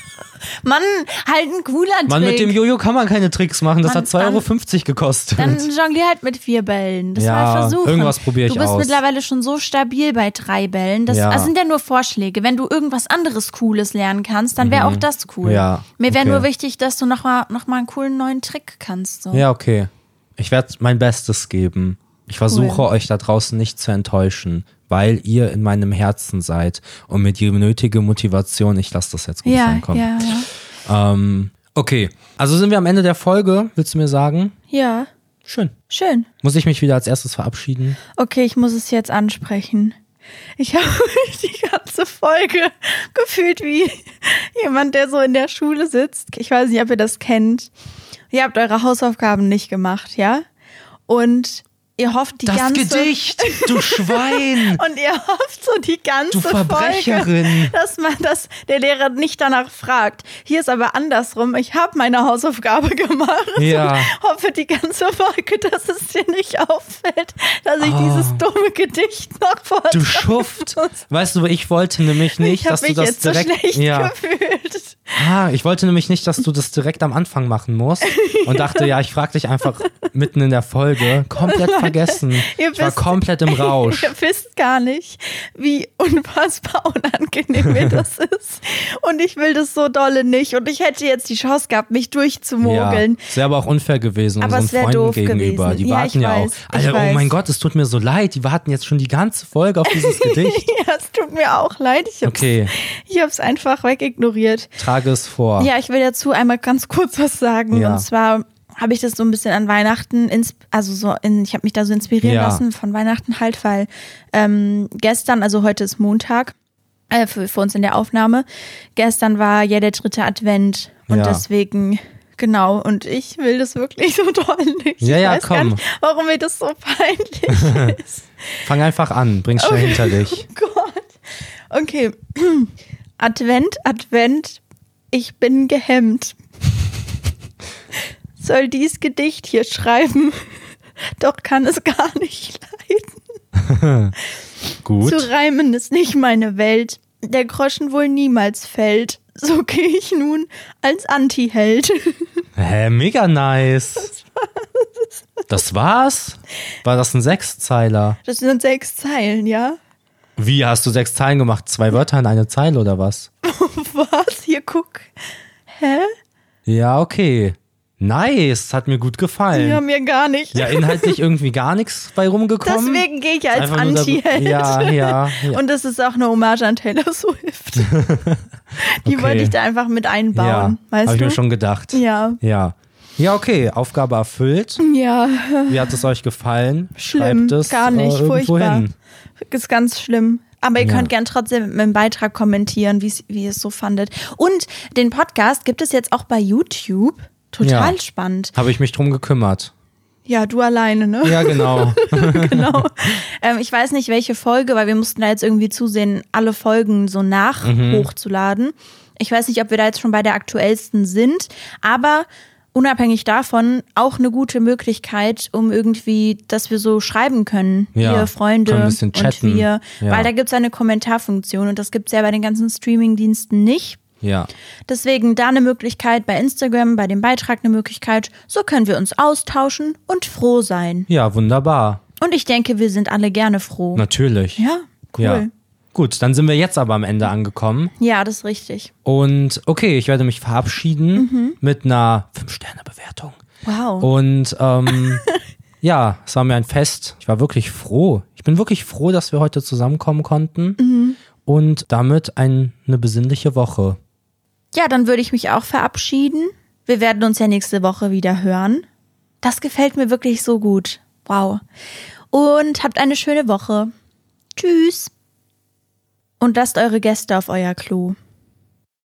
Mann, halt ein cooler Trick. Mann, mit dem Jojo kann man keine Tricks machen. Das hat 2,50 € gekostet. Dann jonglier halt mit 4 Bällen. Das ja, mal versuchen. Irgendwas probiere ich aus. Du bist mittlerweile schon so stabil bei 3 Bällen. Das sind ja nur Vorschläge. Wenn du irgendwas anderes Cooles lernen kannst, dann wäre auch das cool. Ja, Mir wäre nur wichtig, dass du noch mal einen coolen neuen Trick kannst. So. Ja, okay. Ich werde mein Bestes geben. Ich versuche euch da draußen nicht zu enttäuschen, weil ihr in meinem Herzen seid und mir die nötige Motivation, ich lasse das jetzt gut reinkommen. Ja. Okay, also sind wir am Ende der Folge, willst du mir sagen? Ja. Schön. Muss ich mich wieder als erstes verabschieden? Okay, ich muss es jetzt ansprechen. Ich habe die ganze Folge gefühlt wie jemand, der so in der Schule sitzt. Ich weiß nicht, ob ihr das kennt. Ihr habt eure Hausaufgaben nicht gemacht, ja? Und ihr hofft die ganze... Das Gedicht, du Schwein! Und ihr hofft so die ganze Verbrecherin. Folge, dass der Lehrer nicht danach fragt. Hier ist aber andersrum. Ich habe meine Hausaufgabe gemacht und hoffe die ganze Folge, dass es dir nicht auffällt, dass ich dieses dumme Gedicht noch vortrage. Du Schuft! Weißt du, ich wollte nämlich nicht, dass du das direkt... Ich habe mich jetzt so schlecht gefühlt. Ich wollte nämlich nicht, dass du das direkt am Anfang machen musst und dachte, ich frage dich einfach mitten in der Folge. Komplett vergessen. Ich war komplett im Rausch. Ihr wisst gar nicht, wie unfassbar unangenehm mir das ist. Und ich will das so dolle nicht. Und ich hätte jetzt die Chance gehabt, mich durchzumogeln. Ja, es wäre aber auch unfair gewesen, aber unseren Freunden gegenüber. Die warten ja auch. Alter, oh mein Gott, es tut mir so leid. Die warten jetzt schon die ganze Folge auf dieses Gedicht. Ja, es tut mir auch leid. Ich hab's einfach wegignoriert. Trage es vor. Ja, ich will dazu einmal ganz kurz was sagen. Und zwar habe ich das so ein bisschen an Weihnachten, ich habe mich da so inspirieren lassen von Weihnachten halt, weil gestern, also heute ist Montag, für uns in der Aufnahme, gestern war ja der 3. Advent und deswegen... Genau, und ich will das wirklich so doll nicht. Ich weiß gar nicht, warum mir das so peinlich ist. Fang einfach an, bring's schnell hinter dich. Oh Gott. Okay. Advent, ich bin gehemmt. Soll dies Gedicht hier schreiben, doch kann es gar nicht leiden. Gut. Zu reimen ist nicht meine Welt, der Groschen wohl niemals fällt. So gehe ich nun als Anti-Held. Mega nice. Das war's? War das ein 6-Zeiler? Das sind 6 Zeilen, ja. Wie, hast du 6 Zeilen gemacht? 2 Wörter in eine Zeile oder was? Was? Hier, guck. Hä? Ja, okay. Nice, hat mir gut gefallen. Ja, mir gar nicht. Ja, inhaltlich irgendwie gar nichts bei rumgekommen. Deswegen gehe ich als Anti-Held. Ja. Und das ist auch eine Hommage an Taylor Swift. Die wollte ich da einfach mit einbauen, weißt du? Hab ich mir schon gedacht. Ja. Ja, okay, Aufgabe erfüllt. Ja. Wie hat es euch gefallen? Schlimm, Schreibt es gar nicht, irgendwo furchtbar. hin. Ist ganz schlimm. Aber ihr könnt gern trotzdem mit dem Beitrag kommentieren, wie ihr es so fandet. Und den Podcast gibt es jetzt auch bei YouTube. Total spannend. Habe ich mich drum gekümmert. Ja, du alleine, ne? Ja, genau. Genau. Ich weiß nicht, welche Folge, weil wir mussten da jetzt irgendwie zusehen, alle Folgen so hochzuladen. Ich weiß nicht, ob wir da jetzt schon bei der aktuellsten sind, aber unabhängig davon auch eine gute Möglichkeit, um irgendwie, dass wir so schreiben können, wir Freunde ein bisschen chatten. Und wir, weil da gibt es eine Kommentarfunktion und das gibt es ja bei den ganzen Streaming-Diensten nicht. Ja. Deswegen da eine Möglichkeit, bei Instagram, bei dem Beitrag eine Möglichkeit. So können wir uns austauschen und froh sein. Ja, wunderbar. Und ich denke, wir sind alle gerne froh. Natürlich. Ja, cool. Ja. Gut, dann sind wir jetzt aber am Ende angekommen. Ja, das ist richtig. Und okay, ich werde mich verabschieden mit einer 5-Sterne-Bewertung. Wow. Und Ja, es war mir ein Fest. Ich war wirklich froh. Ich bin wirklich froh, dass wir heute zusammenkommen konnten. Und damit eine besinnliche Woche. Ja, dann würde ich mich auch verabschieden. Wir werden uns ja nächste Woche wieder hören. Das gefällt mir wirklich so gut. Wow. Und habt eine schöne Woche. Tschüss. Und lasst eure Gäste auf euer Klo.